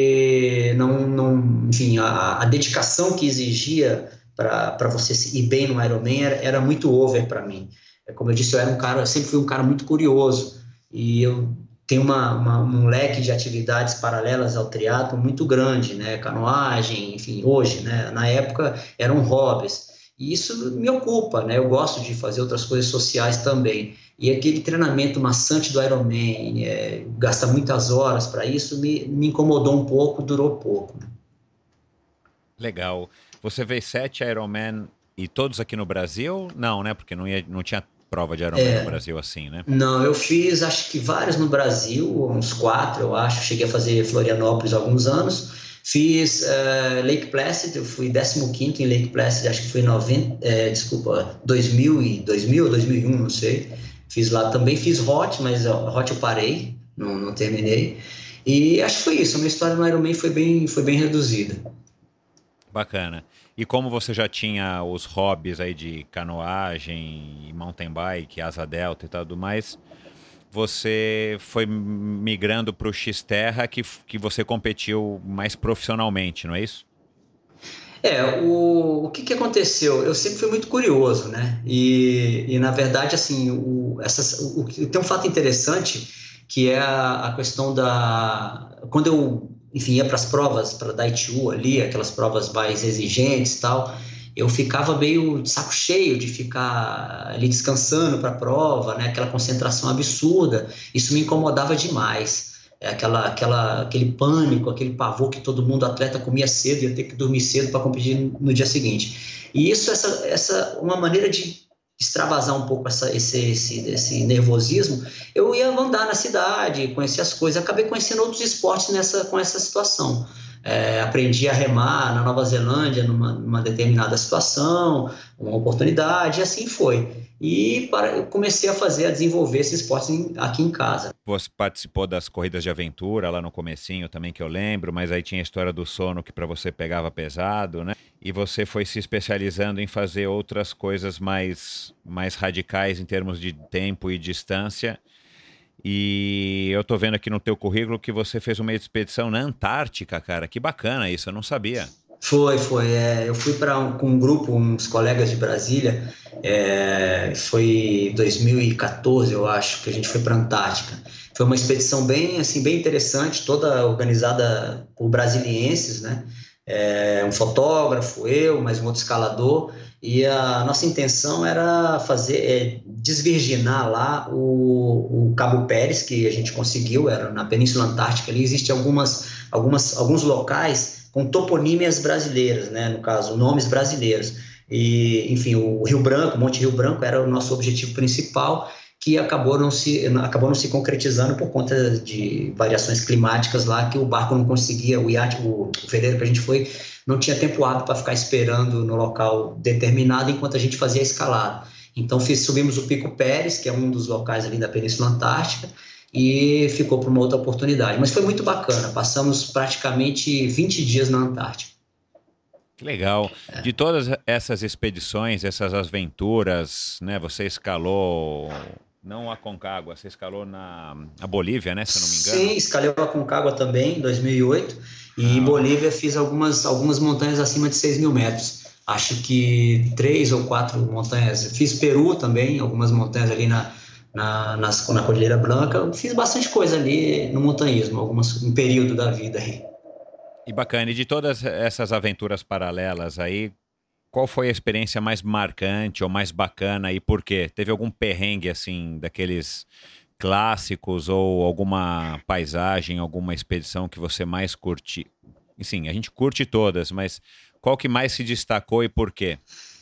e enfim, a dedicação que exigia para você ir bem no Ironman era muito over para mim. Como eu disse, eu sempre fui um cara muito curioso e eu tenho um leque de atividades paralelas ao triatlo muito grande, né? Canoagem, enfim, hoje, né? Na época eram hobbies. E isso me ocupa, né? Eu gosto de fazer outras coisas sociais também. E aquele treinamento maçante do Ironman, gasta muitas horas para isso, me incomodou um pouco, durou pouco. Né? Legal. Você fez 7 Ironman e todos aqui no Brasil? Não, né? Porque não tinha prova de Ironman no Brasil assim, né? Não, eu fiz acho que vários no Brasil, uns 4, eu acho. Cheguei a fazer Florianópolis há alguns anos. Fiz Lake Placid, eu fui 15º em Lake Placid, acho que foi 2000 ou 2001, não sei. Fiz lá também, fiz Hot, mas Hot eu parei, não terminei. E acho que foi isso, a minha história no Ironman foi bem reduzida. Bacana. E como você já tinha os hobbies aí de canoagem, mountain bike, asa delta e tudo mais, você foi migrando para o Xterra que você competiu mais profissionalmente, não é isso? O que aconteceu? Eu sempre fui muito curioso, né? E na verdade, assim, tem um fato interessante que é a questão quando eu, enfim, ia para as provas, para dar ITU ali, aquelas provas mais exigentes e tal, eu ficava meio de saco cheio de ficar ali descansando para a prova, né? Aquela concentração absurda, isso me incomodava demais. Aquele pânico, aquele pavor que todo mundo, atleta, comia cedo, ia ter que dormir cedo para competir no dia seguinte. E isso, uma maneira de extravasar um pouco esse nervosismo, eu ia andar na cidade, conhecer as coisas, acabei conhecendo outros esportes com essa situação. Aprendi a remar na Nova Zelândia numa determinada situação, uma oportunidade, e assim foi. E eu comecei a desenvolver esse esporte aqui em casa. Você participou das corridas de aventura lá no comecinho também, que eu lembro, mas aí tinha a história do sono que para você pegava pesado, né? E você foi se especializando em fazer outras coisas mais radicais em termos de tempo e distância. E eu tô vendo aqui no teu currículo que você fez uma expedição na Antártica, cara. Que bacana isso, eu não sabia. Foi. Eu fui com um grupo, uns colegas de Brasília, foi 2014, eu acho, que a gente foi para a Antártica. Foi uma expedição bem interessante, toda organizada por brasilienses, né? Um fotógrafo, eu, mais um outro escalador, e a nossa intenção era desvirginar lá o Cabo Pérez, que a gente conseguiu, era na Península Antártica. Ali existem alguns locais com toponímias brasileiras, né? No caso, nomes brasileiros. E, enfim, o Rio Branco, Monte Rio Branco, era o nosso objetivo principal, que acabou não se concretizando por conta de variações climáticas lá, que o barco não conseguia, o veleiro que a gente foi, não tinha tempo hábil para ficar esperando no local determinado enquanto a gente fazia a escalada. Então subimos o Pico Pérez, que é um dos locais ali da Península Antártica, e ficou para uma outra oportunidade. Mas foi muito bacana, passamos praticamente 20 dias na Antártica. Que legal. De todas essas expedições, essas aventuras, né, você escalou... Não a Aconcagua, você escalou na Bolívia, né, se eu não me engano? Sim, escalei a Aconcagua também, em 2008, e em Bolívia fiz algumas montanhas acima de 6.000 metros. Acho que 3 ou 4 montanhas. Fiz Peru também, algumas montanhas ali na Cordilheira Branca. Fiz bastante coisa ali no montanhismo, um período da vida aí. E bacana, e de todas essas aventuras paralelas aí, qual foi a experiência mais marcante ou mais bacana e por quê? Teve algum perrengue, assim, daqueles clássicos ou alguma paisagem, alguma expedição que você mais curte? Sim, a gente curte todas, mas qual que mais se destacou e por quê?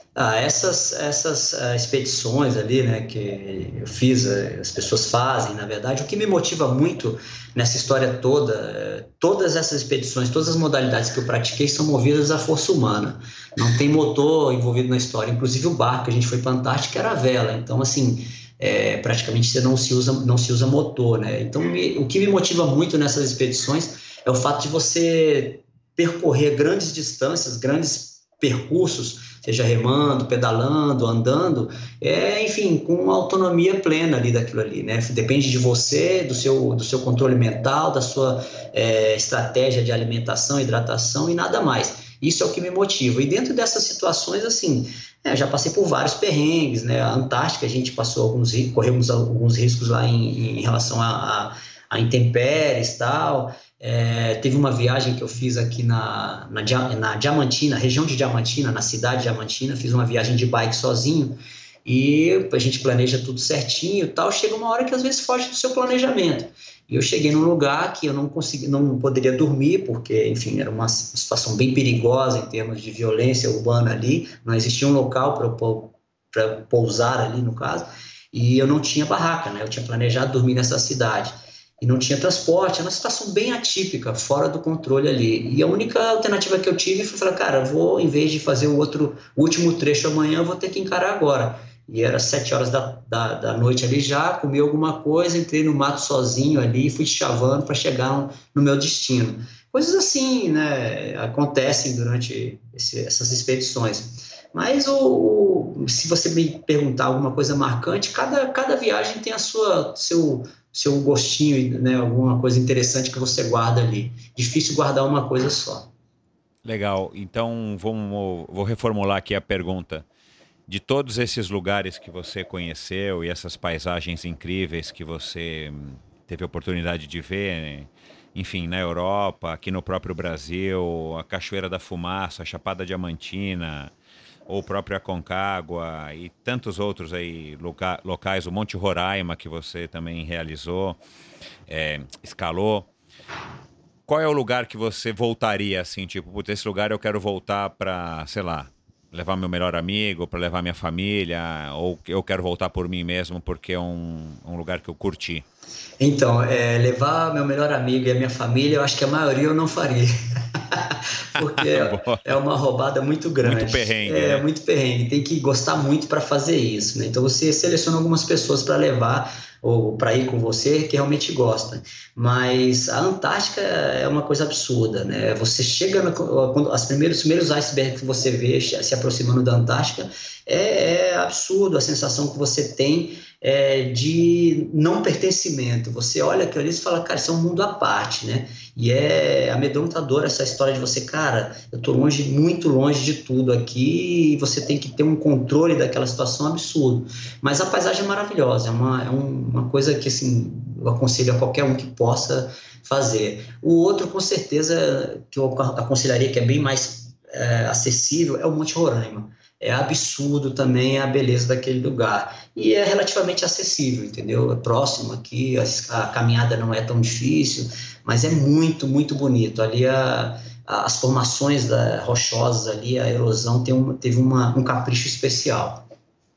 Essas expedições ali, né, que eu fiz, as pessoas fazem, na verdade, o que me motiva muito nessa história toda, todas essas expedições, todas as modalidades que eu pratiquei são movidas à força humana. Não tem motor envolvido na história, inclusive o barco que a gente foi para a Antártica era a vela, então assim, praticamente você não se usa motor, né? Então o que me motiva muito nessas expedições é o fato de você percorrer grandes distâncias, grandes percursos, seja remando, pedalando, andando, enfim, com autonomia plena ali daquilo ali, né? Depende de você, do seu controle mental, da sua estratégia de alimentação, hidratação e nada mais. Isso é o que me motiva. E dentro dessas situações, assim, já passei por vários perrengues, né? A Antártica, a gente corremos alguns riscos lá em relação a intempéries e tal. Teve uma viagem que eu fiz aqui na Diamantina, região de Diamantina, na cidade de Diamantina, fiz uma viagem de bike sozinho e a gente planeja tudo certinho e tal, chega uma hora que às vezes foge do seu planejamento. E eu cheguei num lugar que eu não poderia dormir, porque, enfim, era uma situação bem perigosa em termos de violência urbana ali, não existia um local para pousar ali, no caso. e eu não tinha barraca, né? Eu tinha planejado dormir nessa cidade e não tinha transporte, era uma situação bem atípica, fora do controle ali. E a única alternativa que eu tive foi falar, cara, eu vou, em vez de fazer o último trecho amanhã, eu vou ter que encarar agora. E era 7 horas da noite ali já, comi alguma coisa, entrei no mato sozinho ali, fui chavando para chegar no meu destino. Coisas assim, né, acontecem durante essas expedições. Mas se você me perguntar alguma coisa marcante, cada viagem tem seu gostinho, né, alguma coisa interessante que você guarda ali. Difícil guardar uma coisa só. Legal. Então, vou reformular aqui a pergunta. De todos esses lugares que você conheceu e essas paisagens incríveis que você teve a oportunidade de ver, né? Enfim, na Europa, aqui no próprio Brasil, a Cachoeira da Fumaça, a Chapada Diamantina, ou o próprio Aconcagua e tantos outros aí locais, o Monte Roraima que você também realizou, escalou. Qual é o lugar que você voltaria assim, tipo, putz, esse lugar eu quero voltar para, sei lá, levar meu melhor amigo, para levar minha família, ou eu quero voltar por mim mesmo porque é um lugar que eu curti? Então, levar meu melhor amigo e a minha família, eu acho que a maioria eu não faria. Porque Boa. é uma roubada muito Muito grande. perrengue, É né? muito perrengue, tem que gostar muito para fazer isso, né? Então você seleciona algumas pessoas para levar ou para ir com você que realmente gosta. Mas a Antártica é uma coisa absurda, né? Você chega quando os primeiros icebergs que você vê se aproximando da Antártica, é absurdo a sensação que você tem de não pertencimento. Você olha aquilo ali e fala, cara, isso é um mundo à parte, né? E é amedrontador essa história de você, cara, eu tô longe, muito longe de tudo aqui, e você tem que ter um controle daquela situação absurdo. Mas a paisagem é maravilhosa, uma coisa que, assim, eu aconselho a qualquer um que possa fazer. O outro, com certeza, que eu aconselharia, que é bem mais acessível, é o Monte Roraima. É absurdo também a beleza daquele lugar. E é relativamente acessível, entendeu? É próximo aqui, a caminhada não é tão difícil, mas é muito, muito bonito. Ali as formações rochosas ali, a erosão teve um capricho especial.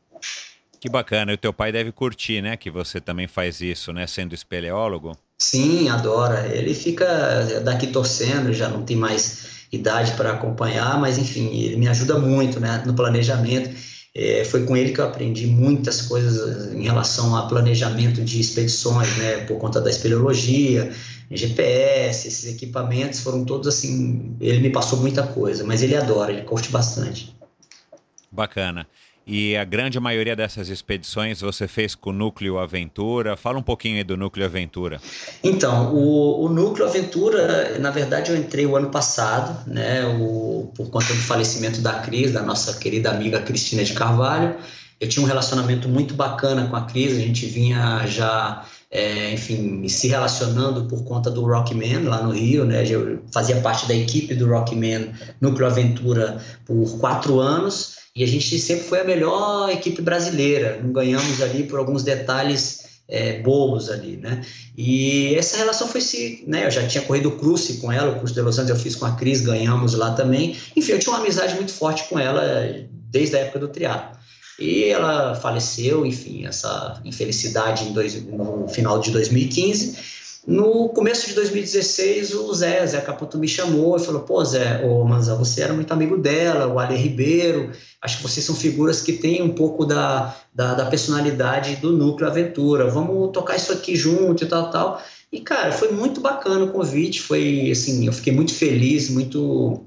Que bacana. E o teu pai deve curtir, né? Que você também faz isso, né? Sendo espeleólogo. Sim, adora. Ele fica daqui torcendo, já não tem mais idade para acompanhar, mas enfim, ele me ajuda muito, né, no planejamento. Foi com ele que eu aprendi muitas coisas em relação a planejamento de expedições, né, por conta da espeleologia, GPS, esses equipamentos foram todos assim. Ele me passou muita coisa, mas ele adora, ele curte bastante. Bacana. E a grande maioria dessas expedições você fez com o Núcleo Aventura. Fala um pouquinho aí do Núcleo Aventura. Então, o Núcleo Aventura, na verdade, eu entrei o ano passado, né, por conta do falecimento da Cris, da nossa querida amiga Cristina de Carvalho. Eu tinha um relacionamento muito bacana com a Cris, a gente vinha já, enfim, se relacionando por conta do Rockman lá no Rio, né? Eu fazia parte da equipe do Rockman Núcleo Aventura por 4 anos e a gente sempre foi a melhor equipe brasileira. Não ganhamos ali por alguns detalhes bobos ali, né? E essa relação foi né? Eu já tinha corrido o Cruze com ela, o Cruze de Los Angeles eu fiz com a Cris, ganhamos lá também. Enfim, eu tinha uma amizade muito forte com ela desde a época do triatlo. E ela faleceu, enfim, essa infelicidade no final de 2015. No começo de 2016, o Zé Caputo me chamou e falou, pô, Zé, Manzan, você era muito amigo dela, o Ale Ribeiro, acho que vocês são figuras que têm um pouco da personalidade do Núcleo Aventura, vamos tocar isso aqui junto e tal. E, cara, foi muito bacana o convite, foi, assim, eu fiquei muito feliz, muito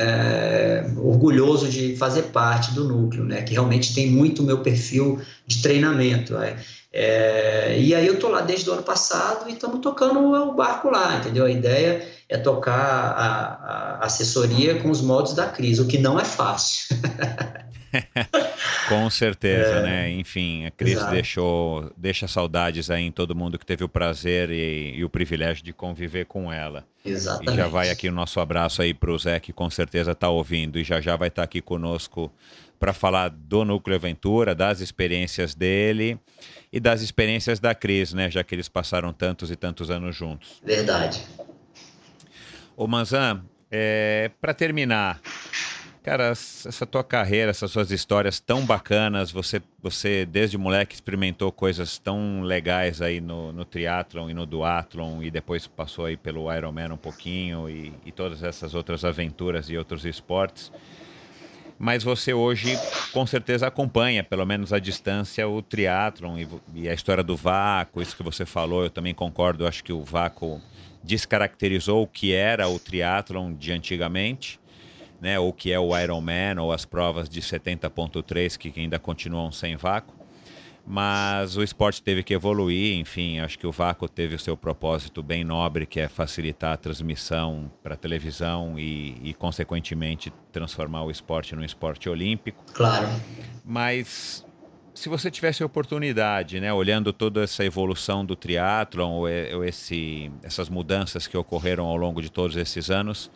orgulhoso de fazer parte do Núcleo, né, que realmente tem muito o meu perfil de treinamento, e aí eu tô lá desde o ano passado e estamos tocando o barco lá, entendeu? A ideia é tocar a assessoria com os moldes da Cris, o que não é fácil. Com certeza, né? Enfim, a Cris Exato. deixa saudades aí em todo mundo que teve o prazer e o privilégio de conviver com ela. E já vai Exatamente. aqui o nosso abraço aí pro Zé, que com certeza está ouvindo e já vai estar aqui conosco para falar do Núcleo Aventura, das experiências dele e das experiências da Cris, né? Já que eles passaram tantos e tantos anos juntos. Verdade. Ô Manzan, para terminar, Cara, essa tua carreira, essas suas histórias tão bacanas, você desde moleque experimentou coisas tão legais aí no triatlon e no duatlon e depois passou aí pelo Ironman um pouquinho e todas essas outras aventuras e outros esportes. Mas você hoje com certeza acompanha, pelo menos à distância, o triatlon e a história do vácuo, isso que você falou, eu também concordo, acho que o vácuo descaracterizou o que era o triatlon de antigamente, né, ou que é o Ironman, ou as provas de 70.3 que ainda continuam sem vácuo. Mas o esporte teve que evoluir, enfim, acho que o vácuo teve o seu propósito bem nobre, que é facilitar a transmissão para a televisão e, consequentemente, transformar o esporte num esporte olímpico. Claro. Mas se você tivesse a oportunidade, né, olhando toda essa evolução do triatlon, ou essas mudanças que ocorreram ao longo de todos esses anos,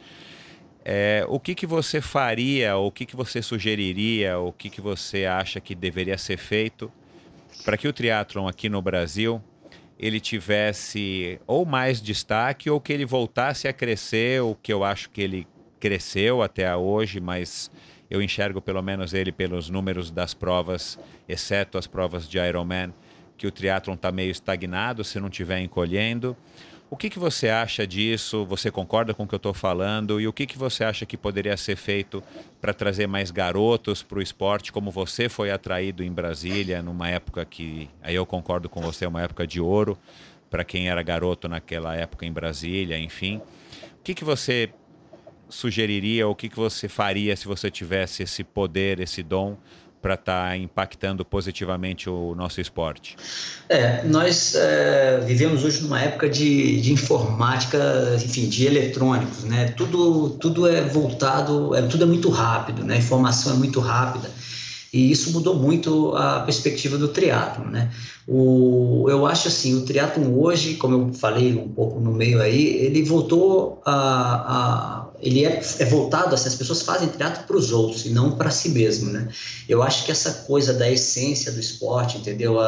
o que você faria, o que você sugeriria, o que você acha que deveria ser feito para que o triatlon aqui no Brasil ele tivesse ou mais destaque ou que ele voltasse a crescer, o que eu acho que ele cresceu até hoje, mas eu enxergo pelo menos ele pelos números das provas, exceto as provas de Ironman, que o triatlon está meio estagnado se não estiver encolhendo. O que você acha disso? Você concorda com o que eu estou falando? E o que você acha que poderia ser feito para trazer mais garotos para o esporte, como você foi atraído em Brasília, numa época que, aí eu concordo com você, uma época de ouro, para quem era garoto naquela época em Brasília, enfim. O que você sugeriria, ou o que você faria se você tivesse esse poder, esse dom, para estar impactando positivamente o nosso esporte? Nós vivemos hoje numa época de informática, enfim, de eletrônicos, né? Tudo é voltado, tudo é muito rápido, né? A informação é muito rápida. E isso mudou muito a perspectiva do triatlon, né? Eu acho assim, o triatlon hoje, como eu falei um pouco no meio aí, ele voltou ele é voltado, assim, as pessoas fazem triatlo para os outros e não para si mesmo, né? Eu acho que essa coisa da essência do esporte, entendeu?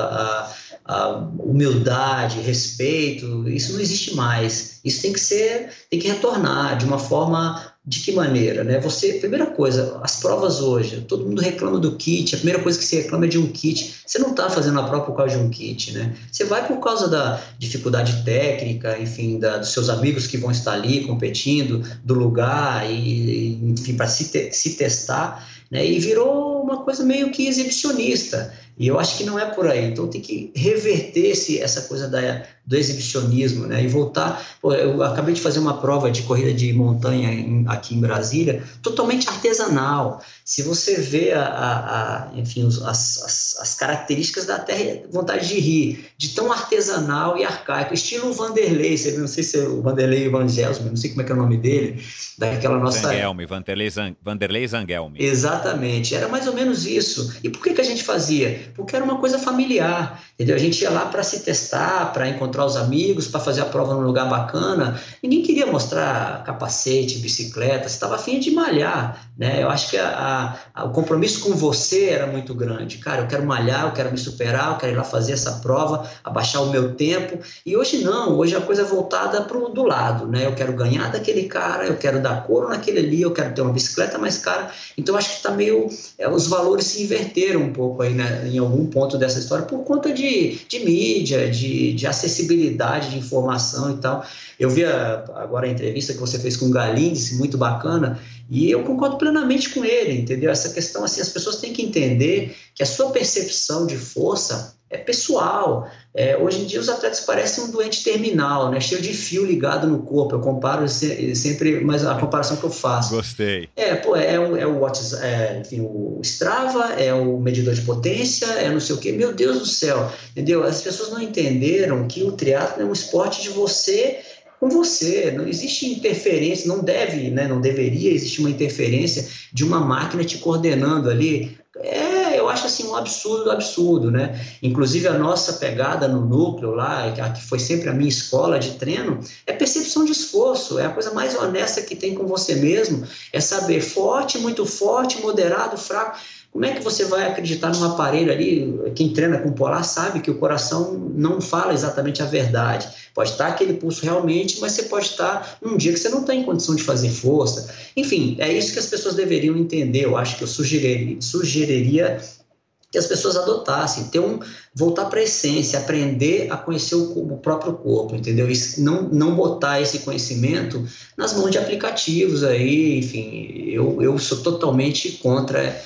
A humildade, respeito, isso não existe mais. Isso tem que retornar de uma forma. De que maneira, né? Primeira coisa, as provas hoje, todo mundo reclama do kit, a primeira coisa que você reclama é de um kit. Você não está fazendo a prova por causa de um kit, né? Você vai por causa da dificuldade técnica, enfim, dos seus amigos que vão estar ali competindo, do lugar, enfim, para se testar, né? E virou uma coisa meio que exibicionista. E eu acho que não é por aí. Então tem que reverter essa coisa do exibicionismo, né? E voltar. Eu acabei de fazer uma prova de corrida de montanha aqui em Brasília, totalmente artesanal. Se você vê enfim, as características da terra, vontade de rir, de tão artesanal e arcaico, estilo Vanderlei, você não sei se é o Vanderlei Evangelho, não sei como é que é o nome dele, daquela nossa... Vanderlei Zangelmi. Exatamente, era mais ou menos isso. E por que a gente fazia? Porque era uma coisa familiar, entendeu? A gente ia lá para se testar, para encontrar os amigos, para fazer a prova num lugar bacana. Ninguém queria mostrar capacete, bicicleta, você estava afim de malhar, né? Eu acho que o compromisso com você era muito grande. Cara, eu quero malhar, eu quero me superar, eu quero ir lá fazer essa prova, abaixar o meu tempo. E hoje não, hoje a coisa é voltada para o do lado, né? Eu quero ganhar daquele cara, eu quero dar couro naquele ali, eu quero ter uma bicicleta mais cara. Então acho que está meio... os valores se inverteram um pouco aí, né, em algum ponto dessa história, por conta de mídia, de acessibilidade de informação e tal. Eu vi agora a entrevista que você fez com o Galindes, muito bacana, e eu concordo plenamente com ele, entendeu? Essa questão, assim, as pessoas têm que entender que a sua percepção de força é pessoal. Hoje em dia os atletas parecem um doente terminal, né? Cheio de fio ligado no corpo. Eu comparo sempre, mas a comparação que eu faço. Gostei. Enfim, o Strava, é o medidor de potência, não sei o quê. Meu Deus do céu, entendeu? As pessoas não entenderam que o triatlo é um esporte de você com você, não existe interferência, não deveria existir uma interferência de uma máquina te coordenando ali. Eu acho assim um absurdo, né? Inclusive a nossa pegada no núcleo lá, que foi sempre a minha escola de treino, é percepção de esforço, é a coisa mais honesta que tem com você mesmo, é saber forte, muito forte, moderado, fraco. Como é que você vai acreditar num aparelho ali? Quem treina com polar sabe que o coração não fala exatamente a verdade. Pode estar aquele pulso realmente, mas você pode estar num dia que você não está em condição de fazer força. Enfim, é isso que as pessoas deveriam entender. Eu acho que eu sugeriria que as pessoas adotassem, voltar para a essência, aprender a conhecer o próprio corpo, entendeu? E não botar esse conhecimento nas mãos de aplicativos aí, enfim, eu sou totalmente contra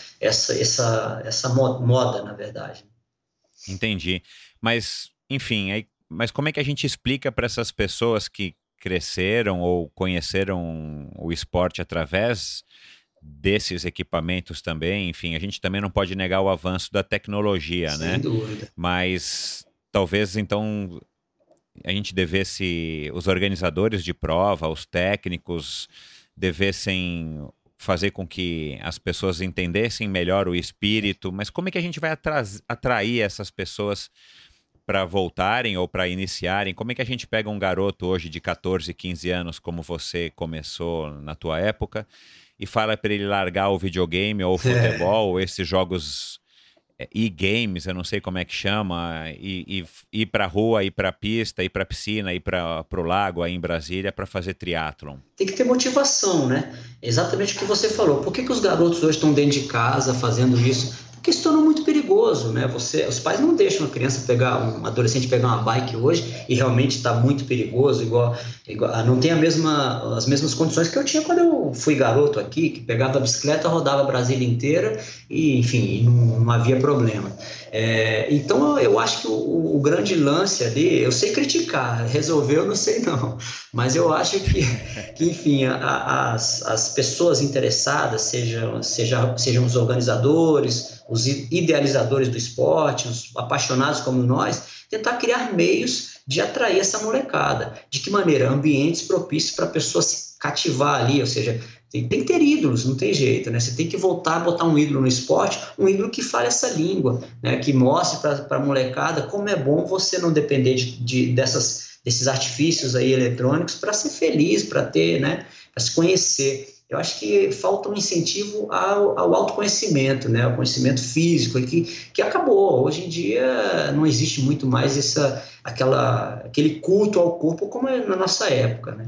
essa moda, na verdade. Entendi. Mas, enfim, mas como é que a gente explica para essas pessoas que cresceram ou conheceram o esporte através desses equipamentos também? Enfim, a gente também não pode negar o avanço da tecnologia, né? Sem dúvida. Mas talvez, então, a gente devesse, os organizadores de prova, os técnicos, devessem fazer com que as pessoas entendessem melhor o espírito, mas como é que a gente vai atrair essas pessoas para voltarem ou para iniciarem? Como é que a gente pega um garoto hoje de 14, 15 anos, como você começou na tua época, e fala para ele largar o videogame ou o futebol, ou esses jogos e-games, eu não sei como é que chama, e ir para a rua, ir para a pista, ir para a piscina, ir para o lago aí em Brasília para fazer triatlon? Tem que ter motivação, né? Exatamente o que você falou. Por que os garotos hoje estão dentro de casa fazendo isso? Porque se tornou muito perigoso, né? Os pais não deixam um adolescente pegar uma bike hoje, e realmente está muito perigoso, igual não tem as mesmas condições que eu tinha quando eu fui garoto aqui, que pegava a bicicleta, rodava a Brasília inteira e, enfim, não havia problema. Então, eu acho que o grande lance ali, eu sei criticar, resolver eu não sei não, mas eu acho que enfim, as pessoas interessadas, sejam os organizadores, os idealizadores do esporte, os apaixonados como nós, tentar criar meios de atrair essa molecada. De que maneira? Ambientes propícios para a pessoa se cativar ali, ou seja, tem que ter ídolos, não tem jeito, né? Você tem que voltar a botar um ídolo no esporte, um ídolo que fale essa língua, né? Que mostre para a molecada como é bom você não depender desses artifícios aí eletrônicos para ser feliz, para ter, né? Para se conhecer. Eu acho que falta um incentivo ao autoconhecimento, né? Ao conhecimento físico, que acabou. Hoje em dia não existe muito mais aquele culto ao corpo como é na nossa época, né?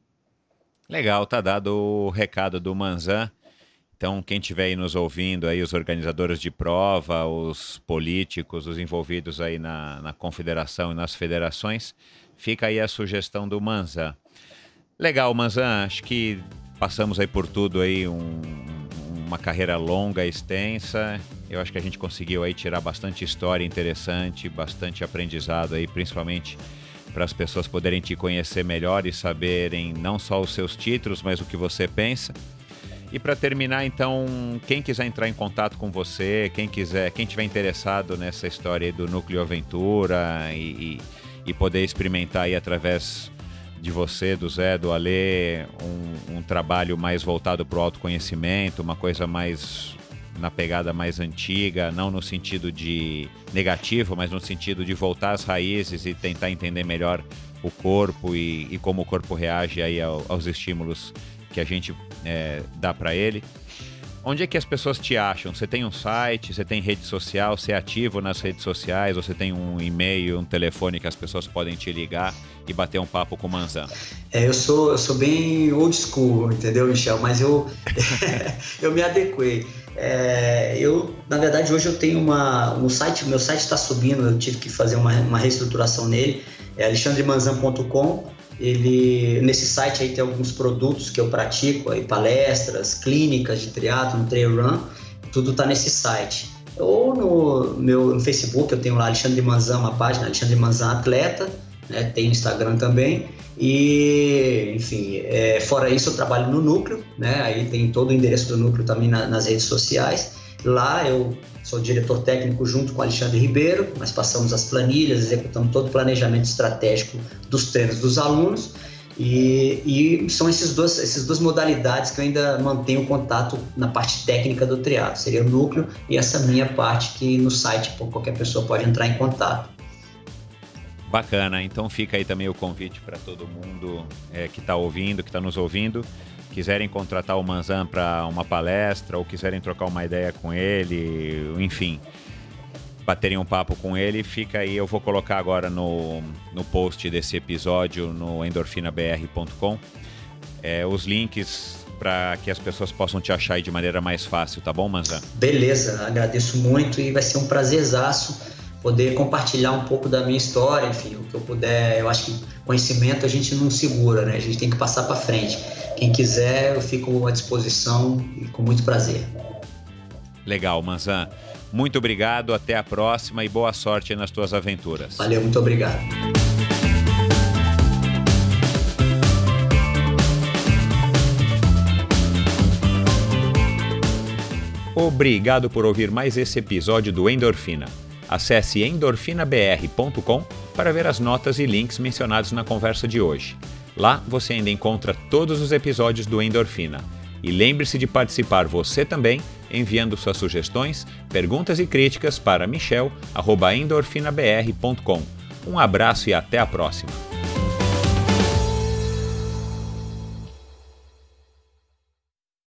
Legal, tá dado o recado do Manzan. Então, quem estiver aí nos ouvindo, aí, os organizadores de prova, os políticos, os envolvidos aí na confederação e nas federações, fica aí a sugestão do Manzan. Legal, Manzan, acho que passamos aí por tudo aí, uma carreira longa, extensa. Eu acho que a gente conseguiu aí tirar bastante história interessante, bastante aprendizado aí, principalmente para as pessoas poderem te conhecer melhor e saberem não só os seus títulos, mas o que você pensa. E para terminar, então, quem quiser entrar em contato com você, quem tiver interessado nessa história aí do Núcleo Aventura e poder experimentar aí através de você, do Zé, do Alê, um trabalho mais voltado para o autoconhecimento, uma coisa mais na pegada mais antiga, não no sentido de negativo, mas no sentido de voltar às raízes e tentar entender melhor o corpo e como o corpo reage aí aos estímulos que a gente dá para ele. Onde é que as pessoas te acham? Você tem um site, você tem rede social, você é ativo nas redes sociais, você tem um e-mail, um telefone que as pessoas podem te ligar e bater um papo com o Manzan? Eu sou bem old school, entendeu, Michel? Mas eu me adequei. Na verdade, hoje eu tenho meu site está subindo, eu tive que fazer uma reestruturação nele, é alexandremanzan.com. Nesse site aí tem alguns produtos que eu pratico, aí, palestras, clínicas de triatlo, trail run, tudo está nesse site. Ou no Facebook eu tenho lá Alexandre Manzan, uma página, Alexandre Manzan Atleta, né? Tem o Instagram também. E, enfim, fora isso eu trabalho no Núcleo, né? Aí tem todo o endereço do Núcleo também nas redes sociais. Lá eu sou diretor técnico junto com o Alexandre Ribeiro, nós passamos as planilhas, executamos todo o planejamento estratégico dos treinos dos alunos e são essas duas modalidades que eu ainda mantenho contato na parte técnica do triatlo, seria o Núcleo e essa minha parte que no site qualquer pessoa pode entrar em contato. Bacana, então fica aí também o convite para todo mundo que está ouvindo, que está nos ouvindo. Quiserem contratar o Manzan para uma palestra ou quiserem trocar uma ideia com ele, enfim, baterem um papo com ele, fica aí, eu vou colocar agora no post desse episódio no endorfinabr.com os links para que as pessoas possam te achar aí de maneira mais fácil, tá bom, Manzan? Beleza, agradeço muito e vai ser um prazerzaço poder compartilhar um pouco da minha história, enfim, o que eu puder. Eu acho que conhecimento a gente não segura, né? A gente tem que passar para frente. Quem quiser, eu fico à disposição e com muito prazer. Legal, Manzan. Muito obrigado, até a próxima e boa sorte nas tuas aventuras. Valeu, muito obrigado. Obrigado por ouvir mais esse episódio do Endorfina. Acesse endorfinabr.com para ver as notas e links mencionados na conversa de hoje. Lá você ainda encontra todos os episódios do Endorfina. E lembre-se de participar você também, enviando suas sugestões, perguntas e críticas para michel@endorfinabr.com. Um abraço e até a próxima!